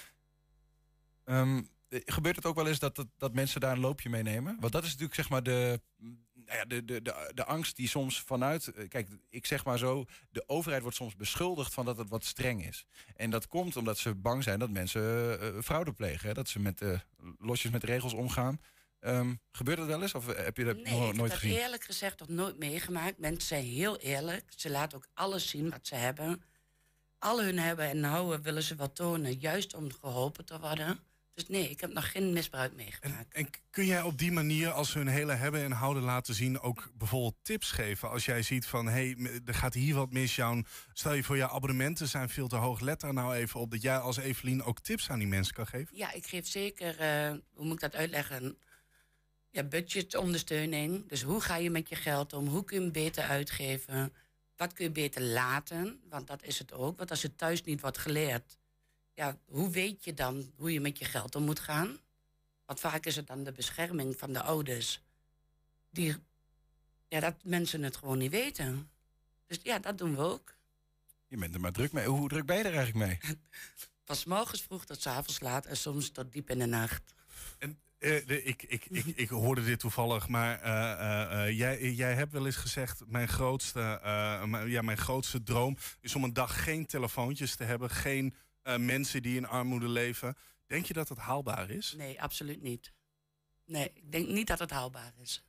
Um, Gebeurt het ook wel eens dat, dat, dat mensen daar een loopje mee nemen? Want dat is natuurlijk zeg maar de, nou ja, de, de, de, de angst die soms vanuit... Kijk, ik zeg maar zo, de overheid wordt soms beschuldigd van dat het wat streng is. En dat komt omdat ze bang zijn dat mensen uh, fraude plegen. Hè? Dat ze met, uh, losjes met regels omgaan. Um, gebeurt dat wel eens? Of heb je dat nee, no- nooit ik heb gezien? dat eerlijk gezegd nog nooit meegemaakt. Mensen zijn heel eerlijk. Ze laten ook alles zien wat ze hebben. Al hun hebben en houden willen ze wel tonen, juist om geholpen te worden... Dus nee, ik heb nog geen misbruik meegemaakt. En, en kun jij op die manier, als ze hun hele hebben en houden laten zien, ook bijvoorbeeld tips geven? Als jij ziet van, hé, hey, er gaat hier wat mis, Jan. Stel je voor, je abonnementen zijn veel te hoog. Let daar nou even op dat jij als Evelien ook tips aan die mensen kan geven? Ja, ik geef zeker, uh, hoe moet ik dat uitleggen? Ja, budgetondersteuning. Dus hoe ga je met je geld om? Hoe kun je hem beter uitgeven? Wat kun je beter laten? Want dat is het ook. Want als het thuis niet wordt geleerd, ja, hoe weet je dan hoe je met je geld om moet gaan? Want vaak is het dan de bescherming van de ouders. Die, ja, dat mensen het gewoon niet weten. Dus ja, dat doen we ook. Je bent er maar druk mee. Hoe druk ben je er eigenlijk mee? Van 's morgens vroeg tot 's avonds laat en soms tot diep in de nacht. En uh, de, ik, ik, ik, ik hoorde dit toevallig, maar uh, uh, uh, jij, jij hebt wel eens gezegd, mijn grootste, uh, mijn, ja, mijn grootste droom is om een dag geen telefoontjes te hebben, geen uh, mensen die in armoede leven. Denk je dat dat haalbaar is? Nee, absoluut niet. Nee, ik denk niet dat het haalbaar is.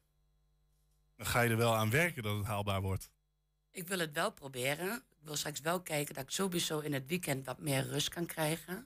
Dan ga je er wel aan werken dat het haalbaar wordt. Ik wil het wel proberen. Ik wil straks wel kijken dat ik sowieso in het weekend wat meer rust kan krijgen.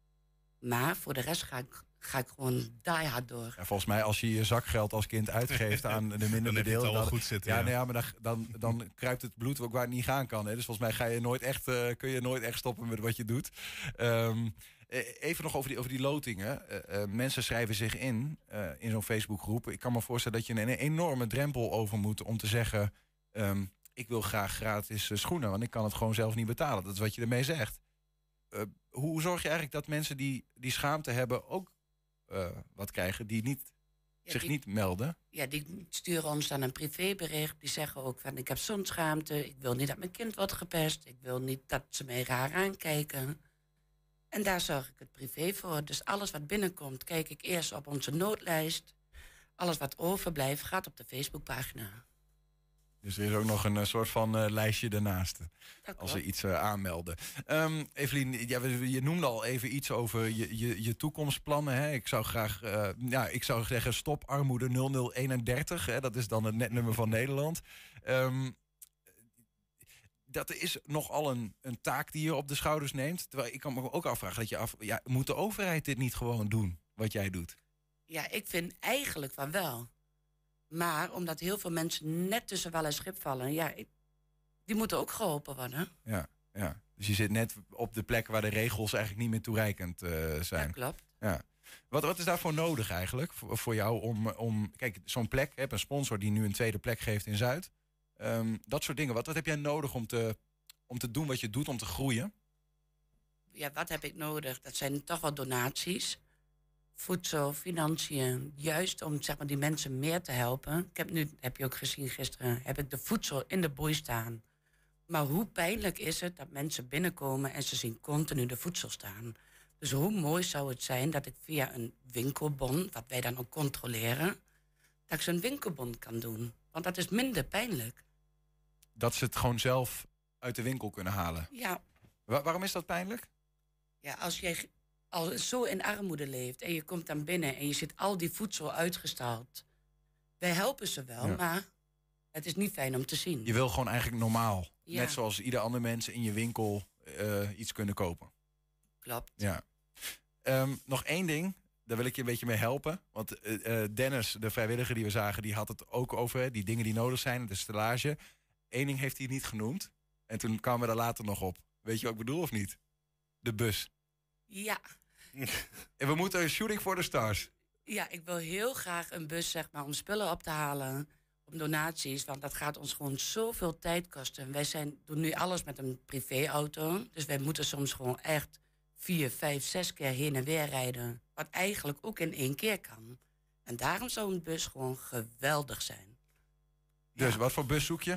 Maar voor de rest ga ik, ga ik gewoon die hard door. Ja, volgens mij, als je je zakgeld als kind uitgeeft aan de minder bedeelden, dan, goed zitten, ja, ja. Nou ja, maar dan, dan, dan kruipt het bloed ook waar het niet gaan kan. Hè. Dus volgens mij ga je nooit echt, uh, kun je nooit echt stoppen met wat je doet. Um, even nog over die, over die lotingen. Uh, uh, mensen schrijven zich in, uh, in zo'n Facebookgroep. Ik kan me voorstellen dat je een enorme drempel over moet om te zeggen, Um, ik wil graag gratis uh, schoenen, want ik kan het gewoon zelf niet betalen. Dat is wat je ermee zegt. Uh, hoe zorg je eigenlijk dat mensen die, die schaamte hebben ook uh, wat krijgen, die niet, ja, zich die, niet melden? Ja, die sturen ons dan een privébericht. Die zeggen ook van, ik heb zo'n schaamte. Ik wil niet dat mijn kind wordt gepest. Ik wil niet dat ze mij raar aankijken. En daar zorg ik het privé voor. Dus alles wat binnenkomt, kijk ik eerst op onze noodlijst. Alles wat overblijft, gaat op de Facebookpagina. Dus er is ook nog een uh, soort van uh, lijstje daarnaast. Als ze iets uh, aanmelden. Um, Evelien, ja, je noemde al even iets over je, je, je toekomstplannen. Hè? Ik zou graag uh, ja, ik zou zeggen, stop armoede nul nul eenendertig. Hè? Dat is dan het netnummer van Nederland. Um, dat is nogal een, een taak die je op de schouders neemt. Terwijl ik kan me ook afvragen, dat je af, ja, moet de overheid dit niet gewoon doen, wat jij doet? Ja, ik vind eigenlijk van wel. Maar omdat heel veel mensen net tussen wal en schip vallen, ja, ik, die moeten ook geholpen worden. Ja, ja. Dus je zit net op de plek waar de regels eigenlijk niet meer toereikend uh, zijn. Ja, klopt. Ja. Wat, wat is daarvoor nodig eigenlijk voor, voor jou om, om... Kijk, zo'n plek, heb een sponsor die nu een tweede plek geeft in Zuid. Um, dat soort dingen. Wat, wat heb jij nodig om te, om te doen wat je doet, om te groeien? Ja, wat heb ik nodig? Dat zijn toch wel donaties. Voedsel, financiën, juist om zeg maar, die mensen meer te helpen. Ik heb nu, heb je ook gezien gisteren, heb ik de voedsel in de boei staan. Maar hoe pijnlijk is het dat mensen binnenkomen en ze zien continu de voedsel staan. Dus hoe mooi zou het zijn dat ik via een winkelbon, wat wij dan ook controleren, dat ik zo'n winkelbon kan doen. Want dat is minder pijnlijk. Dat ze het gewoon zelf uit de winkel kunnen halen? Ja. Wa- waarom is dat pijnlijk? Ja, als jij al zo in armoede leeft en je komt dan binnen en je ziet al die voedsel uitgestald. Wij helpen ze wel, ja. Maar het is niet fijn om te zien. Je wil gewoon eigenlijk normaal, ja. Net zoals ieder ander mens in je winkel uh, iets kunnen kopen. Klopt. Ja. Um, nog één ding, daar wil ik je een beetje mee helpen. Want uh, Dennis, de vrijwilliger die we zagen, die had het ook over, hè, die dingen die nodig zijn, de stellage. Eén ding heeft hij niet genoemd. En toen kwamen we er later nog op. Weet je wat ik bedoel of niet? De bus. Ja. En we moeten een shooting for the stars. Ja, ik wil heel graag een bus, zeg maar, om spullen op te halen. Om donaties, want dat gaat ons gewoon zoveel tijd kosten. Wij zijn, doen nu alles met een privéauto. Dus wij moeten soms gewoon echt vier, vijf, zes keer heen en weer rijden. Wat eigenlijk ook in één keer kan. En daarom zou een bus gewoon geweldig zijn. Dus ja. Wat voor bus zoek je?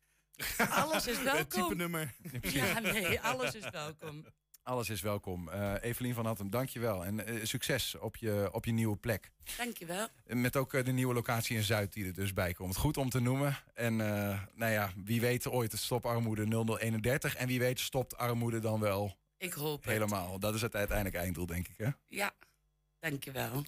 Alles is welkom. Het type nummer. Ja, nee, alles is welkom. Alles is welkom. Uh, Evelien van Hattem, dank je wel. En uh, succes op je, op je nieuwe plek. Dank je wel. Met ook uh, de nieuwe locatie in Zuid die er dus bij komt. Goed om te noemen. En uh, nou ja, wie weet ooit het Stop Armoede nul nul eenendertig. En wie weet stopt armoede dan wel. Ik hoop helemaal. Het. Dat is het uiteindelijk einddoel, denk ik. Hè? Ja, dank je wel.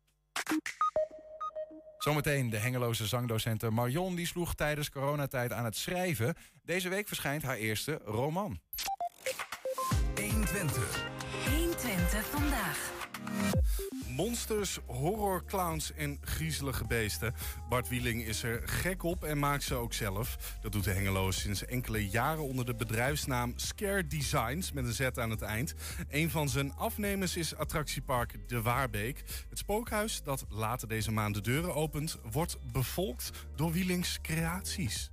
Zometeen de Hengeloze zangdocente Marion. Die sloeg tijdens coronatijd aan het schrijven. Deze week verschijnt haar eerste roman. honderdtwintig vandaag. Monsters, horrorclowns en griezelige beesten. Bart Wieling is er gek op en maakt ze ook zelf. Dat doet de Hengelo sinds enkele jaren onder de bedrijfsnaam Scare Designs, met een Z aan het eind. Een van zijn afnemers is attractiepark De Waarbeek. Het spookhuis dat later deze maand de deuren opent, wordt bevolkt door Wielings creaties.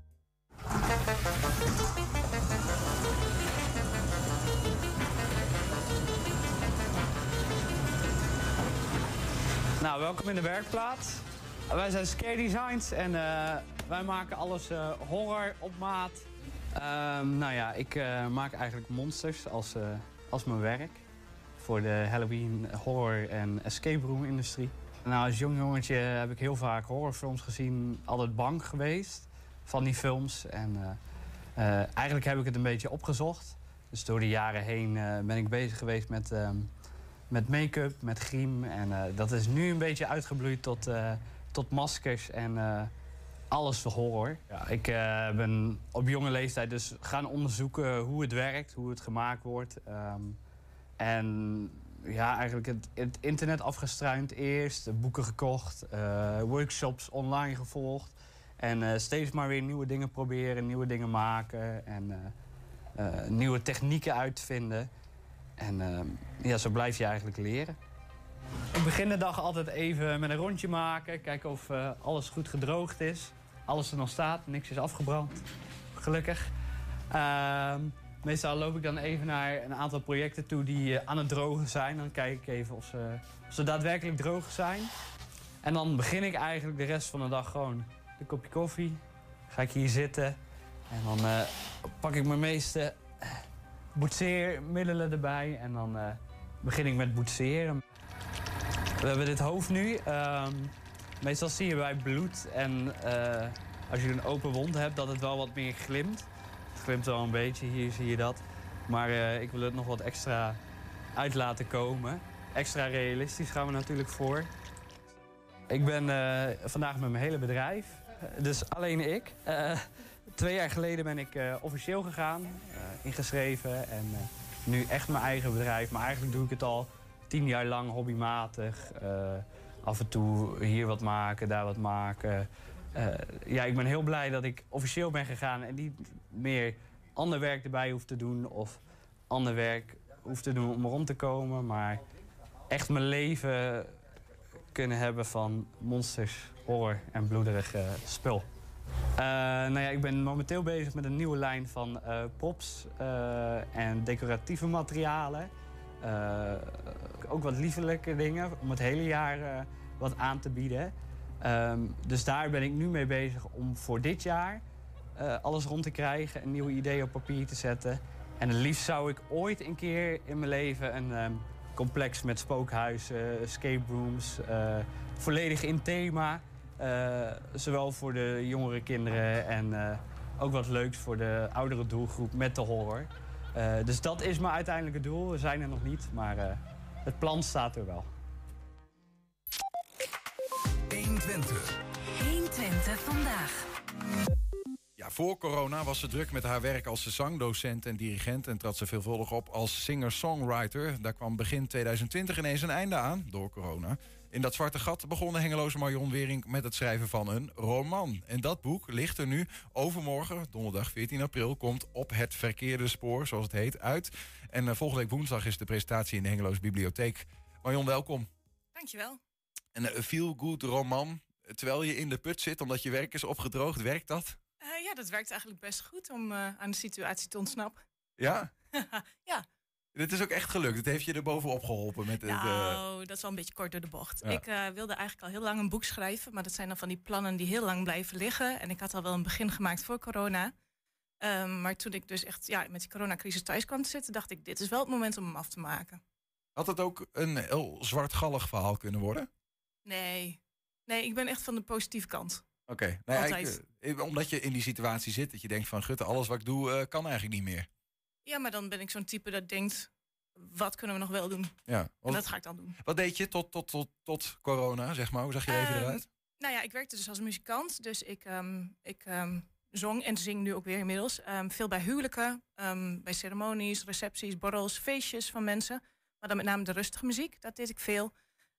Nou, welkom in de werkplaats. Wij zijn Scare Designs en uh, wij maken alles uh, horror op maat. Um, nou ja, ik uh, maak eigenlijk monsters als, uh, als mijn werk. Voor de Halloween horror en escape room industrie. Nou, als jong jongetje heb ik heel vaak horrorfilms gezien. Altijd bang geweest van die films. En uh, uh, eigenlijk heb ik het een beetje opgezocht. Dus door de jaren heen uh, ben ik bezig geweest met... Um, Met make-up, met griem. En uh, dat is nu een beetje uitgebloeid tot, uh, tot maskers en uh, alles voor horror. Ja, ik uh, ben op jonge leeftijd dus gaan onderzoeken hoe het werkt, hoe het gemaakt wordt. Um, en ja, eigenlijk het, het internet afgestruind eerst, boeken gekocht, uh, workshops online gevolgd. En uh, steeds maar weer nieuwe dingen proberen, nieuwe dingen maken en uh, uh, nieuwe technieken uitvinden. En uh, ja, zo blijf je eigenlijk leren. Ik begin de dag altijd even met een rondje maken. Kijken of uh, alles goed gedroogd is. Alles er nog staat, niks is afgebrand. Gelukkig. Uh, meestal loop ik dan even naar een aantal projecten toe die uh, aan het drogen zijn. Dan kijk ik even of ze, of ze daadwerkelijk droog zijn. En dan begin ik eigenlijk de rest van de dag gewoon een kopje koffie. Ga ik hier zitten. En dan uh, pak ik mijn meeste... boetseermiddelen erbij en dan uh, begin ik met boetseren. We hebben dit hoofd nu. Um, meestal zie je bij bloed en uh, als je een open wond hebt dat het wel wat meer glimt. Het glimt wel een beetje, hier zie je dat. Maar uh, ik wil het nog wat extra uit laten komen. Extra realistisch gaan we natuurlijk voor. Ik ben uh, vandaag met mijn hele bedrijf, dus alleen ik. Uh, Twee jaar geleden ben ik uh, officieel gegaan, uh, ingeschreven en uh, nu echt mijn eigen bedrijf. Maar eigenlijk doe ik het al tien jaar lang hobbymatig. Uh, af en toe hier wat maken, daar wat maken. Uh, ja, ik ben heel blij dat ik officieel ben gegaan en niet meer ander werk erbij hoef te doen of ander werk hoef te doen om rond te komen. Maar echt mijn leven kunnen hebben van monsters, horror en bloederig uh, spul. Uh, nou ja, ik ben momenteel bezig met een nieuwe lijn van uh, props uh, en decoratieve materialen. Uh, ook wat liefelijke dingen om het hele jaar uh, wat aan te bieden. Um, dus daar ben ik nu mee bezig om voor dit jaar uh, alles rond te krijgen, een nieuwe idee op papier te zetten. En het liefst zou ik ooit een keer in mijn leven een um, complex met spookhuizen, escape rooms, uh, volledig in thema. Uh, zowel voor de jongere kinderen en uh, ook wat leuks voor de oudere doelgroep met de horror. Uh, dus dat is mijn uiteindelijke doel. We zijn er nog niet, maar uh, het plan staat er wel. honderdtwintig. honderdtwintig vandaag. Ja, voor corona was ze druk met haar werk als zangdocent en dirigent en trad ze veelvuldig op als singer-songwriter. Daar kwam begin tweeduizend twintig ineens een einde aan door corona. In dat zwarte gat begon de Hengeloze Marion Weering met het schrijven van een roman. En dat boek ligt er nu overmorgen, donderdag veertien april, komt Op het verkeerde spoor, zoals het heet, uit. En uh, volgende week woensdag is de presentatie in de Hengeloze Bibliotheek. Marion, welkom. Dankjewel. Een uh, feel-good roman, terwijl je in de put zit omdat je werk is opgedroogd. Werkt dat? Uh, ja, dat werkt eigenlijk best goed om uh, aan de situatie te ontsnappen. Ja? Ja. Dit is ook echt gelukt. Het heeft je er bovenop geholpen. Met het, nou, uh... dat is wel een beetje kort door de bocht. Ja. Ik uh, wilde eigenlijk al heel lang een boek schrijven. Maar dat zijn dan van die plannen die heel lang blijven liggen. En ik had al wel een begin gemaakt voor corona. Um, maar toen ik dus echt ja, met die coronacrisis thuis kwam te zitten, dacht ik, dit is wel het moment om hem af te maken. Had het ook een heel zwartgallig verhaal kunnen worden? Nee. Nee, ik ben echt van de positieve kant. Oké. Okay. Nee, Altijd. Ik, omdat je in die situatie zit, dat je denkt van, gutte, alles wat ik doe, uh, kan eigenlijk niet meer. Ja, maar dan ben ik zo'n type dat denkt, wat kunnen we nog wel doen? Ja, en dat ga ik dan doen. Wat deed je tot, tot, tot, tot corona, zeg maar? Hoe zag je leven um, eruit? Nou ja, ik werkte dus als muzikant. Dus ik, um, ik um, zong en zing nu ook weer inmiddels. Um, veel bij huwelijken, um, bij ceremonies, recepties, borrels, feestjes van mensen. Maar dan met name de rustige muziek, dat deed ik veel.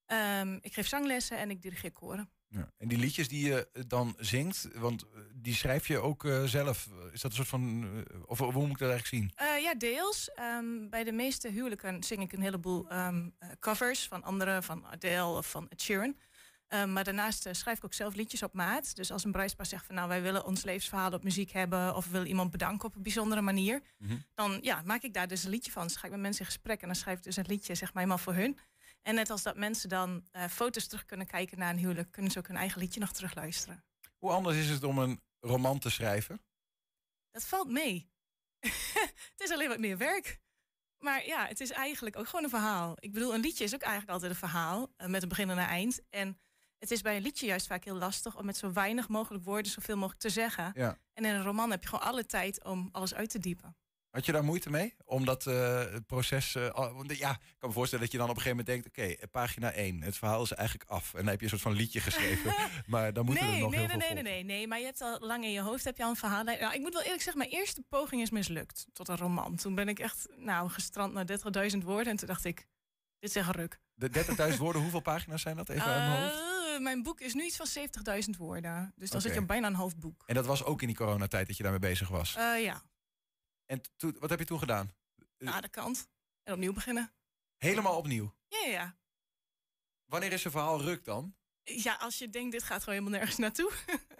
Um, ik geef zanglessen en ik dirigeer koren. Ja. En die liedjes die je dan zingt, want die schrijf je ook uh, zelf. Is dat een soort van, uh, of hoe moet ik dat eigenlijk zien? Uh, ja, deels. Um, bij de meeste huwelijken zing ik een heleboel um, uh, covers van anderen, van Adele of van Ed Sheeran. Um, maar daarnaast uh, schrijf ik ook zelf liedjes op maat. Dus als een bruidspaar zegt van nou, wij willen ons levensverhaal op muziek hebben, of we willen iemand bedanken op een bijzondere manier, mm-hmm. dan ja, maak ik daar dus een liedje van. Dus ga ik met mensen in gesprek en dan schrijf ik dus een liedje, zeg maar, helemaal voor hun. En net als dat mensen dan uh, foto's terug kunnen kijken naar een huwelijk, kunnen ze ook hun eigen liedje nog terugluisteren. Hoe anders is het om een roman te schrijven? Dat valt mee. Het is alleen wat meer werk. Maar ja, het is eigenlijk ook gewoon een verhaal. Ik bedoel, een liedje is ook eigenlijk altijd een verhaal, uh, met een begin en een eind. En het is bij een liedje juist vaak heel lastig om met zo weinig mogelijk woorden zoveel mogelijk te zeggen. Ja. En in een roman heb je gewoon alle tijd om alles uit te diepen. Had je daar moeite mee? Omdat uh, het proces... Uh, want, ja, ik kan me voorstellen dat je dan op een gegeven moment denkt, oké, okay, pagina één, het verhaal is eigenlijk af. En dan heb je een soort van liedje geschreven. Maar dan moeten nee, er nog nee, heel nee, veel nee, nee, nee, nee. Maar je hebt al lang in je hoofd heb je al een verhaal. Nou, ik moet wel eerlijk zeggen, mijn eerste poging is mislukt tot een roman. Toen ben ik echt nou, gestrand naar dertigduizend woorden. En toen dacht ik, dit is echt ruk. De dertigduizend woorden, hoeveel pagina's zijn dat? Even uh, uit mijn hoofd. Mijn boek is nu iets van zeventigduizend woorden. Dus dan okay. zit je bijna een half boek. En dat was ook in die coronatijd dat je daarmee bezig was? Uh, ja. En to, wat heb je toen gedaan? Naar de kant. En opnieuw beginnen. Helemaal opnieuw? Ja, ja, ja. Wanneer is een verhaal ruk dan? Ja, als je denkt, dit gaat gewoon helemaal nergens naartoe.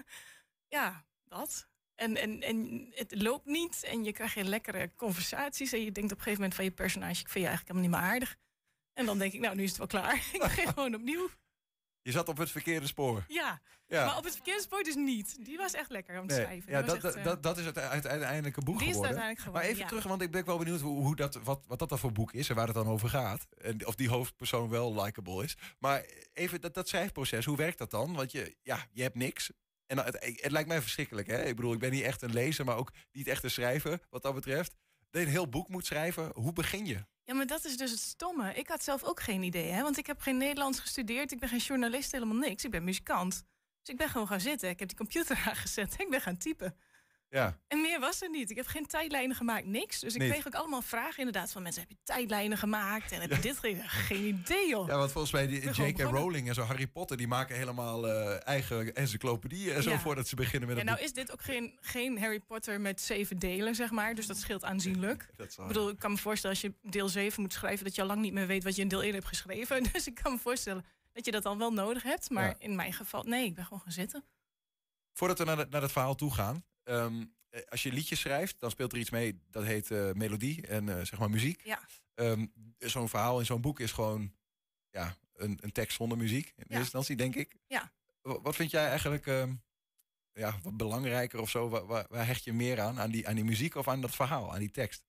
Ja, dat. En, en, en het loopt niet. En je krijgt geen lekkere conversaties. En je denkt op een gegeven moment van je personage, ik vind je eigenlijk helemaal niet meer aardig. En dan denk ik, nou, nu is het wel klaar. Ik begin gewoon opnieuw. Je zat op het verkeerde spoor. Ja, ja, maar op het verkeerde spoor dus niet. Die was echt lekker om te nee, schrijven. Ja, dat, echt, uh, dat, dat is het uiteindelijk een boek die geworden. Is uiteindelijk geworden. Maar even ja. terug, want ik ben wel benieuwd hoe, hoe dat, wat, wat dat dan voor boek is en waar het dan over gaat. En of die hoofdpersoon wel likable is. Maar even dat, dat schrijfproces, hoe werkt dat dan? Want je, ja, je hebt niks. En dan, het, het lijkt mij verschrikkelijk. Hè? Ik bedoel, ik ben niet echt een lezer, maar ook niet echt een schrijver wat dat betreft. Dat je een heel boek moet schrijven. Hoe begin je? Ja, maar dat is dus het stomme. Ik had zelf ook geen idee, hè? Want ik heb geen Nederlands gestudeerd. Ik ben geen journalist, helemaal niks. Ik ben muzikant. Dus ik ben gewoon gaan zitten. Ik heb die computer aangezet. Ik ben gaan typen. Ja. En meer was er niet. Ik heb geen tijdlijnen gemaakt, niks. Dus ik niet. kreeg ook allemaal vragen inderdaad van mensen. Heb je tijdlijnen gemaakt? En heb je ja. dit gegeven? Geen idee, joh. Ja, want volgens mij die J K Rowling en zo Harry Potter, die maken helemaal uh, eigen encyclopedieën en zo ja. voordat ze beginnen met ja, een nou boek. is dit ook geen, geen Harry Potter met zeven delen, zeg maar. Dus dat scheelt aanzienlijk. Dat is ik bedoel, ik kan me voorstellen als je deel zeven moet schrijven, dat je al lang niet meer weet wat je in deel één hebt geschreven. Dus ik kan me voorstellen dat je dat dan wel nodig hebt. Maar ja. in mijn geval, nee, ik ben gewoon gaan zitten. Voordat we naar, de, naar het verhaal toe gaan. Um, als je liedjes schrijft, dan speelt er iets mee. Dat heet uh, melodie en uh, zeg maar muziek. Ja. Um, zo'n verhaal in zo'n boek is gewoon ja, een, een tekst zonder muziek. In eerste ja. instantie, denk ik. Ja. Wat vind jij eigenlijk um, ja, wat belangrijker of zo? Waar, waar, waar hecht je meer aan? Aan die, aan die muziek of aan dat verhaal, aan die tekst?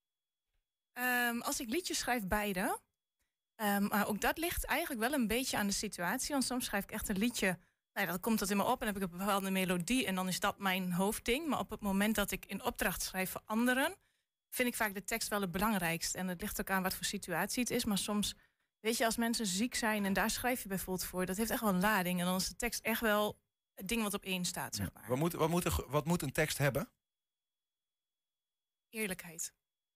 Um, als ik liedjes schrijf, beide. Um, maar ook dat ligt eigenlijk wel een beetje aan de situatie. Want soms schrijf ik echt een liedje. Nou, dan komt dat in me op en heb ik een bepaalde melodie. En dan is dat mijn hoofdding. Maar op het moment dat ik in opdracht schrijf voor anderen, vind ik vaak de tekst wel het belangrijkst. En het ligt ook aan wat voor situatie het is. Maar soms, weet je, als mensen ziek zijn en daar schrijf je bijvoorbeeld voor, dat heeft echt wel een lading. En dan is de tekst echt wel het ding wat op één staat, zeg maar. Wat moet, wat moet, een, wat moet een tekst hebben? Eerlijkheid.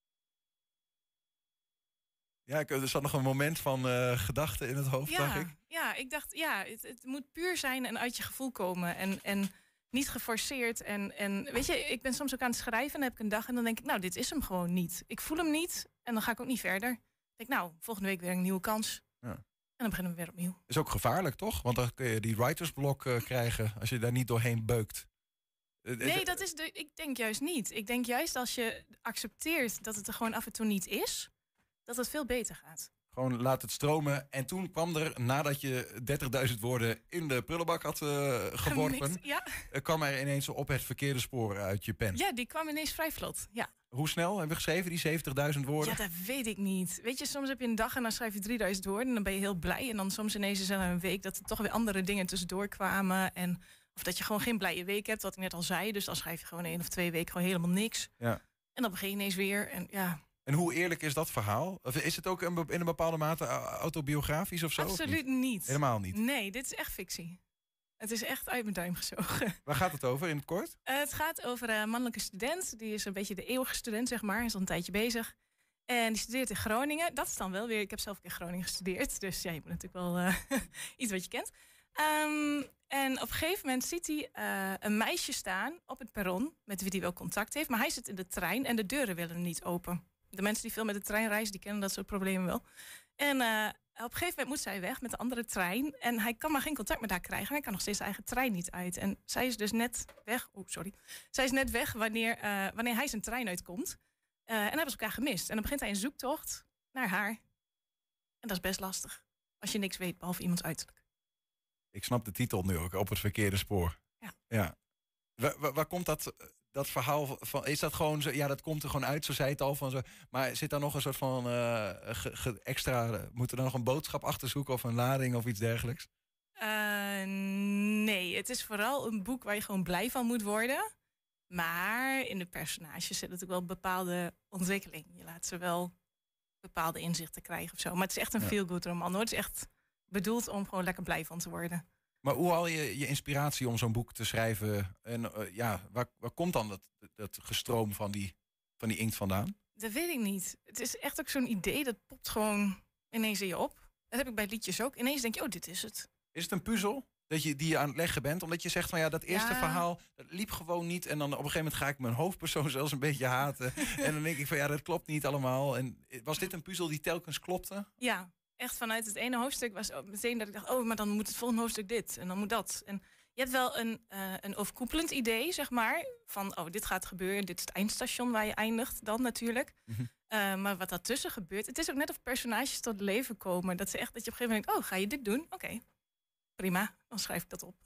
Ja, er zat nog een moment van uh, gedachten in het hoofd, ja, dacht ik. Ja, ik dacht, ja, het, het moet puur zijn en uit je gevoel komen. En, en niet geforceerd. En, en weet je, ik ben soms ook aan het schrijven en dan heb ik een dag en dan denk ik, nou, dit is hem gewoon niet. Ik voel hem niet en dan ga ik ook niet verder. Dan denk ik, nou, volgende week weer een nieuwe kans. Ja. En dan beginnen we weer opnieuw. Is ook gevaarlijk, toch? Want dan kun je die writersblok uh, krijgen als je daar niet doorheen beukt. Nee, dat is de, ik denk juist niet. Ik denk juist als je accepteert dat het er gewoon af en toe niet is, dat het veel beter gaat. Gewoon laat het stromen. En toen kwam er, nadat je dertigduizend woorden in de prullenbak had uh, geworpen, Gemikt, ja. uh, kwam er ineens op het verkeerde spoor uit je pen. Ja, die kwam ineens vrij vlot. Ja. Hoe snel hebben we geschreven, die zeventigduizend woorden? Ja, dat weet ik niet. Weet je, soms heb je een dag en dan schrijf je drieduizend woorden en dan ben je heel blij. En dan soms ineens is er een week dat er toch weer andere dingen tussendoor kwamen. En, of dat je gewoon geen blije week hebt, wat ik net al zei. Dus dan schrijf je gewoon één of twee weken gewoon helemaal niks. Ja. En dan begin je ineens weer. En ja... En hoe eerlijk is dat verhaal? Of is het ook in een bepaalde mate autobiografisch of zo? Absoluut niet? niet. Helemaal niet? Nee, dit is echt fictie. Het is echt uit mijn duim gezogen. Waar gaat het over in het kort? Uh, het gaat over een mannelijke student. Die is een beetje de eeuwige student, zeg maar. Hij is al een tijdje bezig. En die studeert in Groningen. Dat is dan wel weer... Ik heb zelf ook in Groningen gestudeerd. Dus ja, je moet natuurlijk wel uh, iets wat je kent. Um, en op een gegeven moment ziet hij uh, een meisje staan op het perron... met wie hij wel contact heeft. Maar hij zit in de trein en de deuren willen niet open. De mensen die veel met de trein reizen, die kennen dat soort problemen wel. En uh, op een gegeven moment moet zij weg met de andere trein. En hij kan maar geen contact met haar krijgen. En hij kan nog steeds zijn eigen trein niet uit. En zij is dus net weg... Oh, sorry. Zij is net weg wanneer, uh, wanneer hij zijn trein uitkomt... Uh, en dan hebben ze elkaar gemist. En dan begint hij een zoektocht naar haar. En dat is best lastig. Als je niks weet, behalve iemands uiterlijk. Ik snap de titel nu ook, Op het verkeerde spoor. Ja. ja. Waar, waar, waar komt dat, dat verhaal van? Is dat gewoon zo? Ja, dat komt er gewoon uit, zo zei het al. Van zo, maar zit daar nog een soort van uh, ge, ge, extra... Moet er dan nog een boodschap achter zoeken of een lading of iets dergelijks? Uh, nee, het is vooral een boek waar je gewoon blij van moet worden... Maar in de personages zit natuurlijk wel een bepaalde ontwikkeling. Je laat ze wel bepaalde inzichten krijgen of zo. Maar het is echt een ja. feel-good roman hoor. Het is echt bedoeld om gewoon lekker blij van te worden. Maar hoe haal je je inspiratie om zo'n boek te schrijven? En uh, ja, waar, waar komt dan dat, dat gestroom van die, van die inkt vandaan? Dat weet ik niet. Het is echt ook zo'n idee dat popt gewoon ineens in je op. Dat heb ik bij liedjes ook. Ineens denk je, oh, dit is het. Is het een puzzel? Dat je die je aan het leggen bent, omdat je zegt van ja, dat eerste ja. verhaal, dat liep gewoon niet. En dan op een gegeven moment ga ik mijn hoofdpersoon zelfs een beetje haten. En dan denk ik van ja, dat klopt niet allemaal. En was dit een puzzel die telkens klopte? Ja, echt vanuit het ene hoofdstuk was meteen dat ik dacht, oh, maar dan moet het volgende hoofdstuk dit. En dan moet dat. En je hebt wel een, uh, een overkoepelend idee, zeg maar. Van, oh, dit gaat gebeuren. Dit is het eindstation waar je eindigt dan natuurlijk. Mm-hmm. Uh, maar wat daartussen gebeurt, het is ook net of personages tot leven komen. Dat ze echt, dat je op een gegeven moment denkt, oh, ga je dit doen? Oké. Okay. Prima, dan schrijf ik dat op.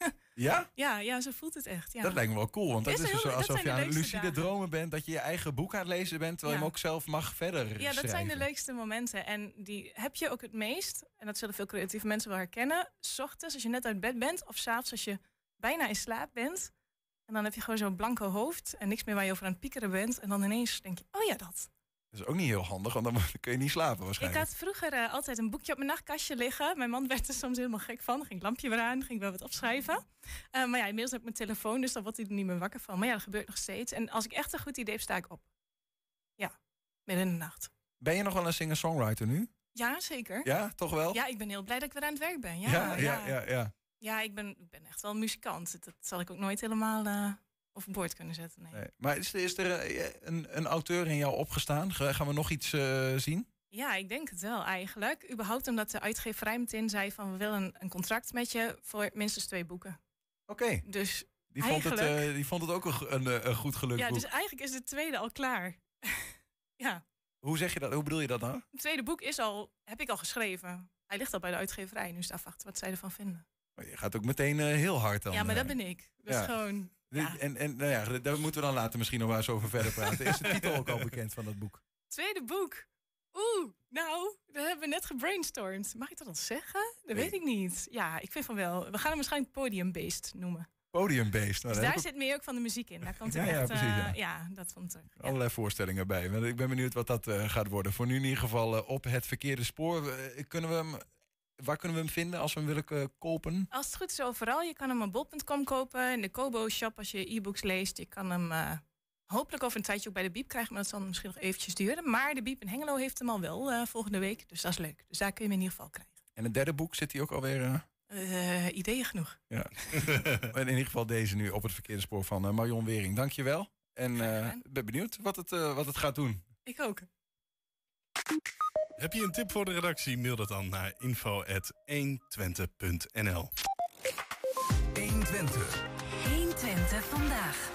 Ja? Ja, ja, zo voelt het echt. Ja. Dat lijkt me wel cool, want dat is, is heel, zo alsof je aan lucide dagen. dromen bent... dat je je eigen boek aan het lezen bent, terwijl ja. je hem ook zelf mag verder schrijven. Ja, dat zijn de leukste momenten. En die heb je ook het meest, en dat zullen veel creatieve mensen wel herkennen... 's ochtends als je net uit bed bent, of 's avonds als je bijna in slaap bent... en dan heb je gewoon zo'n blanco hoofd en niks meer waar je over aan het piekeren bent... en dan ineens denk je, oh ja, dat... Dat is ook niet heel handig, want dan kun je niet slapen waarschijnlijk. Ik had vroeger uh, altijd een boekje op mijn nachtkastje liggen. Mijn man werd er soms helemaal gek van. Ging het lampje weer aan, ging wel wat opschrijven. Uh, maar ja, inmiddels heb ik mijn telefoon, dus dan wordt hij er niet meer wakker van. Maar ja, dat gebeurt nog steeds. En als ik echt een goed idee heb, sta ik op. Ja, midden in de nacht. Ben je nog wel een singer-songwriter nu? Ja, zeker. Ja, toch wel? Ja, ik ben heel blij dat ik weer aan het werk ben. Ja, ja, ja, ja. ja, ja. ja ik, ben, ik ben echt wel een muzikant. Dat zal ik ook nooit helemaal... Uh, overboord kunnen zetten. Nee. Nee. Maar is er, is er een, een auteur in jou opgestaan? Gaan we nog iets uh, zien? Ja, ik denk het wel eigenlijk. Überhaupt omdat de uitgeverij meteen zei van... we willen een, een contract met je voor minstens twee boeken. Oké. Okay. Dus die, vond het, uh, die vond het ook een, een, een goed gelukt ja, boek. Dus eigenlijk is de tweede al klaar. ja. Hoe zeg je dat? Hoe bedoel je dat nou? Het tweede boek is al, heb ik al geschreven. Hij ligt al bij de uitgeverij. Nu is het afwachten wat zij ervan vinden. Maar je gaat ook meteen uh, heel hard dan. Ja, maar dat ben ik. Dat ja. is gewoon... Ja. En, en nou ja, daar moeten we dan later misschien nog wel eens over verder praten. Is de titel ook al bekend van dat boek? Tweede boek? Oeh, nou, dat hebben we net gebrainstormd. Mag ik dat al zeggen? Dat nee. weet ik niet. Ja, ik vind van wel. We gaan hem waarschijnlijk podium-based noemen. Podium-based? Nou, dus daar zit meer ook van de muziek in. Daar komt ja, echt, ja, precies, ja. Uh, ja, dat vond ik. Ja. Allerlei voorstellingen bij. Ik ben benieuwd wat dat uh, gaat worden. Voor nu in ieder geval uh, Op het verkeerde spoor. Uh, kunnen we hem... Waar kunnen we hem vinden als we hem willen uh, kopen? Als het goed is overal. Je kan hem op bol punt com kopen. In de Kobo shop als je e-books leest. Je kan hem uh, hopelijk over een tijdje ook bij de Biep krijgen. Maar dat zal misschien nog eventjes duren. Maar de Biep in Hengelo heeft hem al wel uh, volgende week. Dus dat is leuk. Dus daar kun je hem in ieder geval krijgen. En het derde boek zit hij ook alweer... Uh... Uh, ideeën genoeg. Ja. In ieder geval deze nu Op het verkeerde spoor van uh, Marion Wering. Dank je wel. En ik uh, ben benieuwd wat het, uh, wat het gaat doen. Ik ook. Heb je een tip voor de redactie? Mail dat dan naar info at honderdtwintig punt n l. honderdtwintig. honderdtwintig vandaag.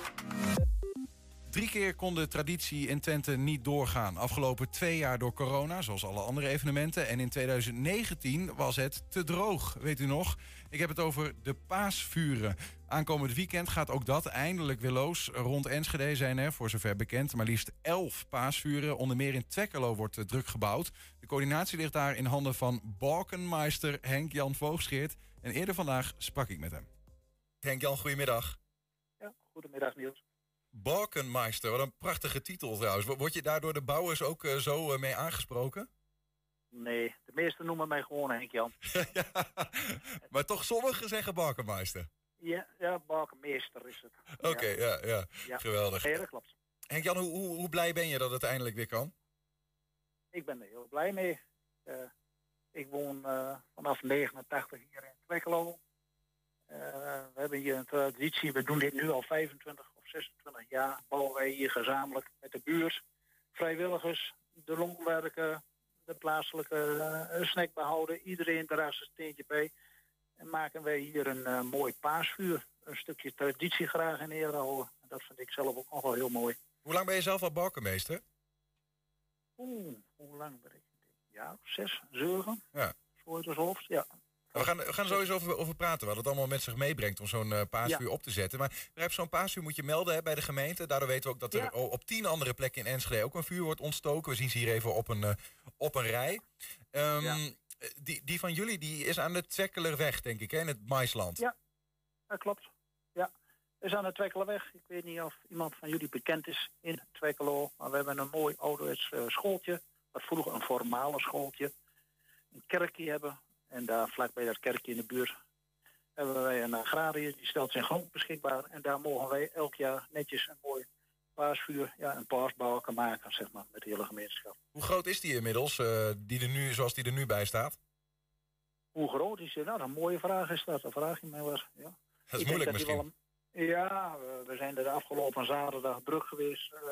Drie keer kon de traditie in Twente niet doorgaan. Afgelopen twee jaar door corona, zoals alle andere evenementen. En in tweeduizend negentien was het te droog, weet u nog? Ik heb het over de paasvuren. Aankomend weekend gaat ook dat eindelijk weer los. Rond Enschede zijn er, voor zover bekend, maar liefst elf paasvuren. Onder meer in Twekelo wordt uh, druk gebouwd. De coördinatie ligt daar in handen van balkenmeister Henk-Jan Voogscheert. En eerder vandaag sprak ik met hem. Henk-Jan, goedemiddag. Ja, goedemiddag Niels. Balkenmeister, wat een prachtige titel trouwens. Word je daar door de bouwers ook uh, zo uh, mee aangesproken? Nee, de meesten noemen mij gewoon Henk-Jan. Ja, maar toch sommigen zeggen Balkenmeister. Ja, ja, Balkenmeester is het. Oké, okay, ja. Ja, ja, ja, geweldig. Ja, dat klopt. Henk-Jan, hoe, hoe, hoe blij ben je dat het eindelijk weer kan? ik ben er heel blij mee. Uh, ik woon uh, vanaf negenentachtig hier in Twekkelo. Uh, we hebben hier een traditie, we doen dit nu al vijfentwintig of zesentwintig jaar. Bouwen wij hier gezamenlijk met de buurt, vrijwilligers, de longwerken, de plaatselijke uh, snackbehouden. Iedereen draagt zijn steentje bij. En maken wij hier een uh, mooi paasvuur. Een stukje traditie graag in ere houden. En dat vind ik zelf ook nog wel heel mooi. Hoe lang ben je zelf al balkenmeester? Oeh, hoe lang ben ik? Ja, zes, zeven. Ja. Zo uit het hoofd, ja. We gaan, we gaan sowieso over, over praten, wat het allemaal met zich meebrengt om zo'n uh, paasvuur ja. op te zetten. Maar begrijp, zo'n paasvuur moet je melden hè, bij de gemeente. Daardoor weten we ook dat er ja. op tien andere plekken in Enschede ook een vuur wordt ontstoken. We zien ze hier even op een, uh, op een rij. Um, ja. die, die van jullie die is aan de Twekkelerweg, denk ik, hè, in het Maisland. Ja, dat klopt. Ja, is aan de Twekkelerweg. Ik weet niet of iemand van jullie bekend is in Twekkelo. Maar we hebben een mooi ouderwets uh, schooltje. Wat vroeger een formale schooltje. Een kerkje hebben. En daar vlakbij dat kerkje in de buurt hebben wij een agrariër. Die stelt zijn grond beschikbaar. En daar mogen wij elk jaar netjes een mooi paasvuur, ja, een paasbalken maken, zeg maar, met de hele gemeenschap. Hoe groot is die inmiddels, uh, die er nu, zoals die er nu bij staat? Hoe groot is die? Nou, een mooie vraag is dat. Dat vraag je mij was. Ja. Dat is Ik moeilijk dat misschien. Wel een... Ja, we, we zijn er de afgelopen zaterdag druk geweest. Uh,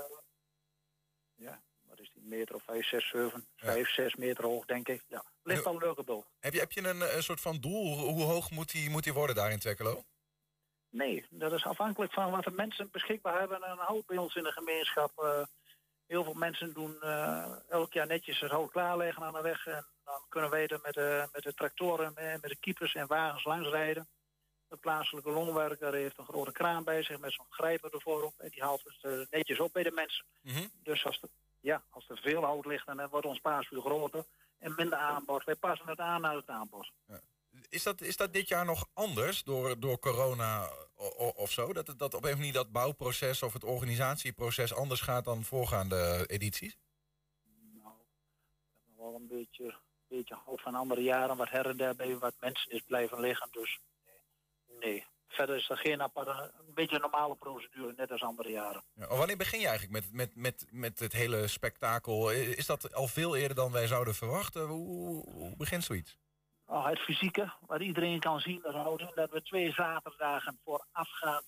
ja. Wat is die, meter of vijf, zes, zeven, ja. vijf, zes meter hoog, denk ik. Ja, ligt al een leuke bal. Heb je, heb je een, een soort van doel? Hoe hoog moet die, moet die worden daar in Twekkelo? Nee, dat is afhankelijk van wat de mensen beschikbaar hebben en hout bij ons in de gemeenschap. Uh, heel veel mensen doen uh, elk jaar netjes het hout klaarleggen aan de weg. En dan kunnen wij er met de, met de tractoren, met, met de keepers en wagens langs rijden. De plaatselijke longwerker heeft een grote kraan bij zich met zo'n grijper ervoor op. En die haalt het uh, netjes op bij de mensen. Mm-hmm. Dus als er, ja, als er veel hout ligt, dan wordt ons paasvuur groter en minder aanbod. Wij passen het aan naar het aanbod. Ja. Is dat, is dat dit jaar nog anders door, door corona of, of zo? Dat, dat op een manier dat bouwproces of het organisatieproces anders gaat dan voorgaande edities? Nou, ik heb nog wel een beetje, beetje hout van andere jaren. Wat her en der bij wat mensen is blijven liggen. Dus nee. nee. Verder is er geen aparte, een beetje een normale procedure, net als andere jaren. Ja, wanneer begin je eigenlijk met, met, met, met het hele spektakel? Is dat al veel eerder dan wij zouden verwachten? Hoe, hoe begint zoiets? Oh, het fysieke, wat iedereen kan zien, dat houden dat we twee zaterdagen voorafgaand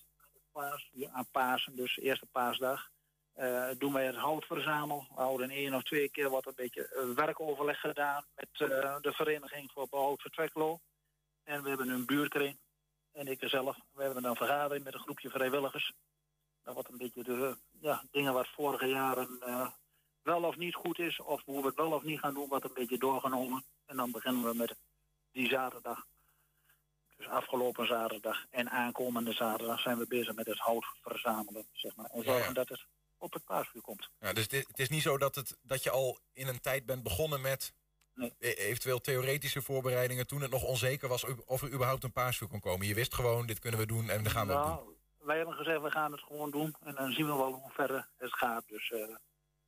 aan Pasen, dus eerste paasdag, uh, doen wij het houtverzamel. We houden één of twee keer wat een beetje werkoverleg gedaan met uh, de Vereniging voor Behoud voor Twekkelo. En we hebben een buurtkring. En ik zelf, we hebben een vergadering met een groepje vrijwilligers. Dat wordt een beetje de ja, dingen wat vorige jaren uh, wel of niet goed is, of hoe we het wel of niet gaan doen, wordt een beetje doorgenomen. En dan beginnen we met die zaterdag. Dus afgelopen zaterdag en aankomende zaterdag zijn we bezig met het hout verzamelen, zeg maar. En zorgen ja, ja. dat het op het paasvuur komt. Ja, dus dit, het is niet zo dat, het, dat je al in een tijd bent begonnen met nee. eventueel theoretische voorbereidingen toen het nog onzeker was of er überhaupt een paasvuur kon komen. Je wist gewoon, dit kunnen we doen en dan gaan we nou, het doen. Wij hebben gezegd, we gaan het gewoon doen en dan zien we wel hoe ver het gaat. Dus uh,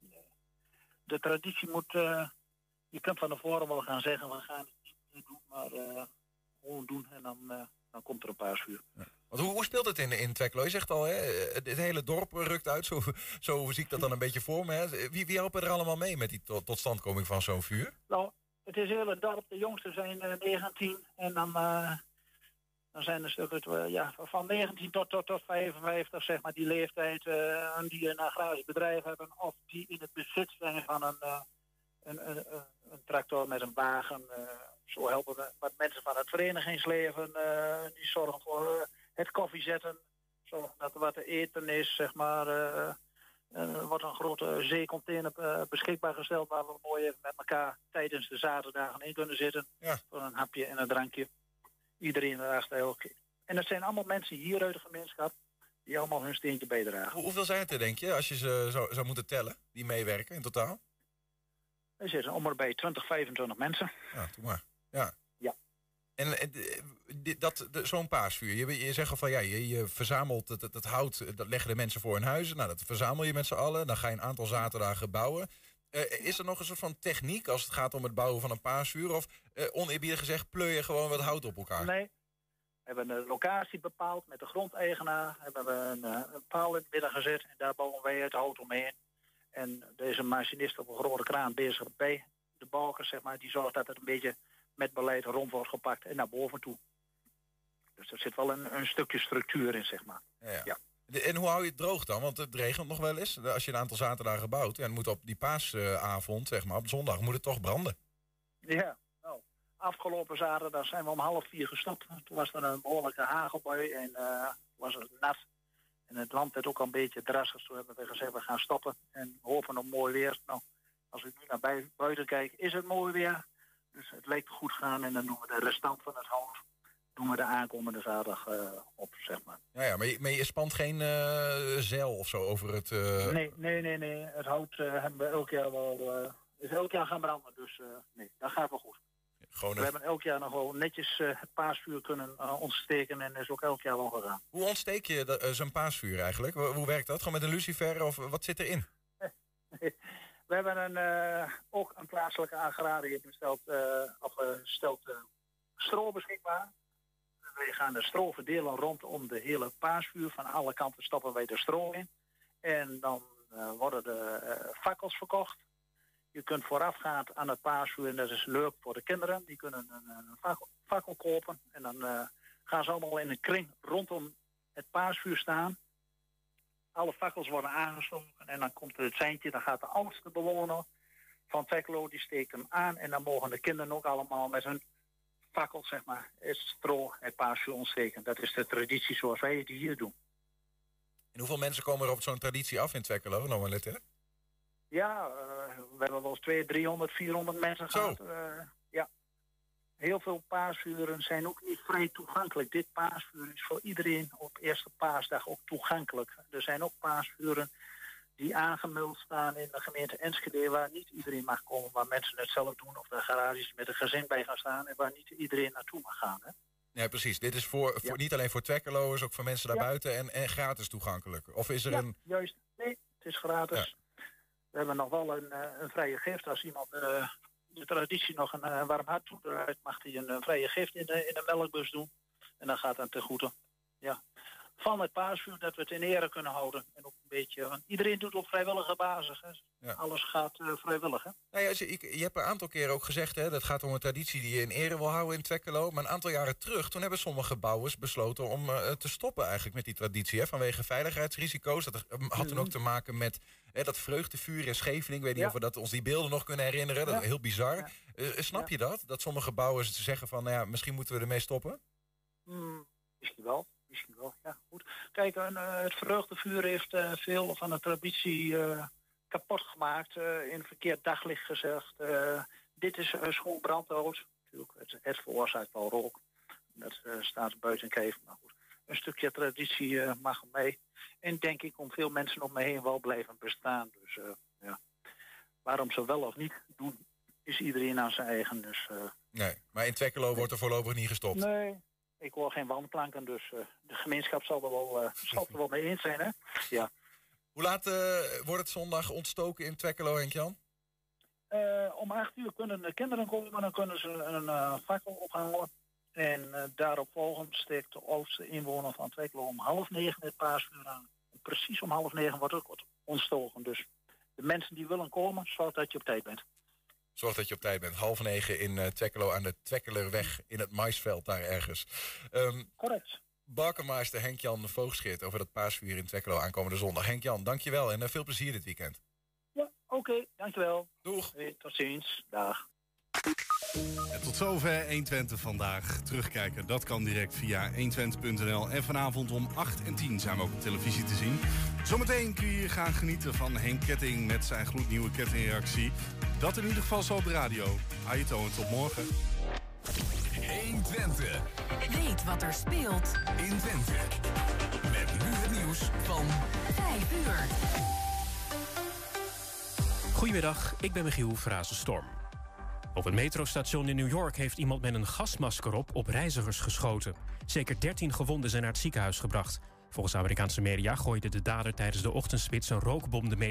de traditie moet, uh, je kunt van tevoren wel gaan zeggen, we gaan het niet doen, maar uh, gewoon doen en dan, uh, dan komt er een paasvuur. Ja. Want hoe, hoe speelt het in, in Twekkelo? Je zegt al, hè, het hele dorp rukt uit, zo, zo zie ik dat dan een beetje voor me. Hè. Wie, wie helpen er allemaal mee met die tot, totstandkoming van zo'n vuur? Nou, het is heel het dorp, de jongsten zijn uh, negentien en dan, uh, dan zijn er stukken uh, ja, van negentien tot, tot, tot vijfenvijftig, zeg maar, die leeftijd, uh, die een agrarisch bedrijf hebben of die in het bezit zijn van een, uh, een, een, een, een tractor met een wagen. Uh, zo helpen we wat mensen van het verenigingsleven, uh, die zorgen voor uh, het koffie zetten, zorgen dat er wat te eten is, zeg maar. Uh, er wordt een grote zeecontainer uh, beschikbaar gesteld waar we mooi even met elkaar tijdens de zaterdagen in kunnen zitten. Ja. Voor een hapje en een drankje. Iedereen erachter ook. En dat zijn allemaal mensen hier uit de gemeenschap die allemaal hun steentje bijdragen. Hoe, hoeveel zijn het er, denk je, als je ze zou, zou moeten tellen, die meewerken in totaal? Er zitten om erbij twintig, vijfentwintig mensen. Ja, doe maar. Ja. Ja. En, en dat, zo'n paasvuur, je, je zegt al van ja, je, je verzamelt het, het, het hout, dat leggen de mensen voor hun huizen. Nou, dat verzamel je met z'n allen. Dan ga je een aantal zaterdagen bouwen. Uh, is er nog een soort van techniek als het gaat om het bouwen van een paasvuur? Of uh, oneerbiedig gezegd, pleur je gewoon wat hout op elkaar? Nee. We hebben een locatie bepaald met de grondeigenaar. Hebben we een, een paal in het midden gezet en daar bouwen wij het hout omheen. En deze machinist op een grote kraan bezig bij de balken, zeg maar, die zorgt dat het een beetje met beleid rond wordt gepakt en naar boven toe. Dus er zit wel een, een stukje structuur in, zeg maar. Ja, ja. Ja. De- En hoe hou je het droog dan? Want het regent nog wel eens. Als je een aantal zaterdagen bouwt en moet op die paasavond, zeg maar, op zondag moet het toch branden. Ja, nou, afgelopen zaterdag zijn we om half vier gestopt. Toen was er een behoorlijke hagelbui en uh, was het nat. En het land werd ook al een beetje drassig. Toen hebben we gezegd, we gaan stoppen en hopen op mooi weer. Nou, als ik nu naar bui- buiten kijk, is het mooi weer. Dus het leek goed gaan en dan doen we de restant van het hout. Doen we de aankomende zaterdag uh, op, zeg maar. Ja, ja, maar, je, maar je spant geen uh, zeil of zo over het... Uh... Nee, nee, nee, nee. Het hout uh, hebben we elk jaar wel... Uh, is elk jaar gaan branden, dus uh, nee, dat gaat wel goed. Gewoon we een... hebben elk jaar nog wel netjes uh, het paasvuur kunnen uh, ontsteken en dat is ook elk jaar wel gegaan. Hoe ontsteek je de, uh, zo'n paasvuur eigenlijk? Hoe, hoe werkt dat? Gewoon met een lucifer of wat zit erin? We hebben een, uh, ook een plaatselijke agrariër besteld, uh, of uh, stelt uh, stro beschikbaar. We gaan de stro verdelen rondom de hele paasvuur. Van alle kanten stoppen wij de stro in. En dan uh, worden de uh, fakkels verkocht. Je kunt voorafgaand aan het paasvuur, en dat is leuk voor de kinderen. Die kunnen een, een fakkel, fakkel kopen. En dan uh, gaan ze allemaal in een kring rondom het paasvuur staan. Alle fakkels worden aangestoken. En dan komt er het seintje. Dan gaat de oudste bewoner van Twekelo, die steekt hem aan. En dan mogen de kinderen ook allemaal met hun fakkel, zeg maar, het stro, het paasvuur ontsteken. Dat is de traditie zoals wij het hier doen. En hoeveel mensen komen er op zo'n traditie af in Twekelo? Nou, maar let, hè? Ja, uh, we hebben wel eens tweehonderd, driehonderd, vierhonderd mensen Zo. gehad. Uh, ja. Heel veel paasvuren zijn ook niet vrij toegankelijk. Dit paasvuur is voor iedereen op eerste paasdag ook toegankelijk. Er zijn ook paasvuren die aangemeld staan in de gemeente Enschede, waar niet iedereen mag komen, waar mensen het zelf doen, of de garages met een gezin bij gaan staan en waar niet iedereen naartoe mag gaan. Hè? Ja, precies. Dit is voor, voor Ja. niet alleen voor Twekkeloers, ook voor mensen Ja. daarbuiten en, en gratis toegankelijk. Of is er Ja, een... juist. Nee, het is gratis. We hebben nog wel een, uh, een vrije gift. Als iemand uh, de traditie nog een uh, warm hart toedraait, mag hij een, uh, vrije gift in de, in de melkbus doen. En dan gaat dat ten goede. Ja. Van het paasvuur, dat we het in ere kunnen houden. En ook een beetje, want iedereen doet op vrijwillige basis. Hè. Ja. Alles gaat uh, vrijwillig. Hè. Nou ja, je, je hebt een aantal keren ook gezegd, hè, dat gaat om een traditie die je in ere wil houden in Twekelo. Maar een aantal jaren terug, toen hebben sommige bouwers besloten om uh, te stoppen eigenlijk met die traditie. Hè, vanwege veiligheidsrisico's. Dat um, had toen ook te maken met hè, dat vreugdevuur in Scheveningen. Ik weet niet Ja. of we dat, ons die beelden nog kunnen herinneren. Dat Ja. is heel bizar. Ja. Uh, snap Ja. je dat? Dat sommige bouwers zeggen van, nou ja, misschien moeten we ermee stoppen? Hmm, misschien wel. Misschien wel, ja, goed. Kijk, een, uh, het vreugdevuur heeft uh, veel van de traditie uh, kapot gemaakt. Uh, in verkeerd daglicht gezegd. Uh, dit is uh, schoon brandhout. Natuurlijk, het, het veroorzaakt wel rook. Dat uh, staat buiten kijf. Maar goed, een stukje traditie uh, mag mee. En denk ik om veel mensen om me heen wel blijven bestaan. Dus uh, ja, waarom ze wel of niet doen, is iedereen aan zijn eigen. Dus, uh, Nee, maar in Twekelo wordt er voorlopig niet gestopt. nee. Ik hoor geen wandplanken, dus uh, de gemeenschap zal er wel, uh, zal het er wel mee eens zijn, hè? Ja. Hoe laat uh, wordt het zondag ontstoken in Twekelo, Henk-Jan? Uh, om acht uur kunnen de kinderen komen, dan kunnen ze een uh, fakkel ophalen. En uh, daarop volgend steekt de oudste inwoner van Twekelo om half negen het paasvuur aan. En precies om half negen wordt het ontstoken. Dus de mensen die willen komen, zorg dat je op tijd bent. Zorg dat je op tijd bent. Half negen in uh, Twekelo aan de Twekkelerweg in het maisveld daar ergens. Um, Correct. Balkenmeester Henk-Jan Voogschit over dat paasvuur in Twekelo aankomende zondag. Henk-Jan, dankjewel en uh, veel plezier dit weekend. Ja, oké, okay, dankjewel. Doeg. Hey, tot ziens. Dag. En tot zover honderdtwintig vandaag. Terugkijken, dat kan direct via honderdtwintig punt n l. En vanavond om acht en tien zijn we ook op televisie te zien. Zometeen kun je gaan genieten van Henk Ketting met zijn gloednieuwe kettingreactie. Dat in ieder geval zo op de radio. Hou je toon, tot morgen. honderdtwintig. Weet wat er speelt in Twente. Met nu het nieuws van vijf uur. Goedemiddag, ik ben Michiel Frazenstorm. Op een metrostation in New York heeft iemand met een gasmasker op op reizigers geschoten. Zeker dertien gewonden zijn naar het ziekenhuis gebracht. Volgens Amerikaanse media gooide de dader tijdens de ochtendspits een rookbom de metro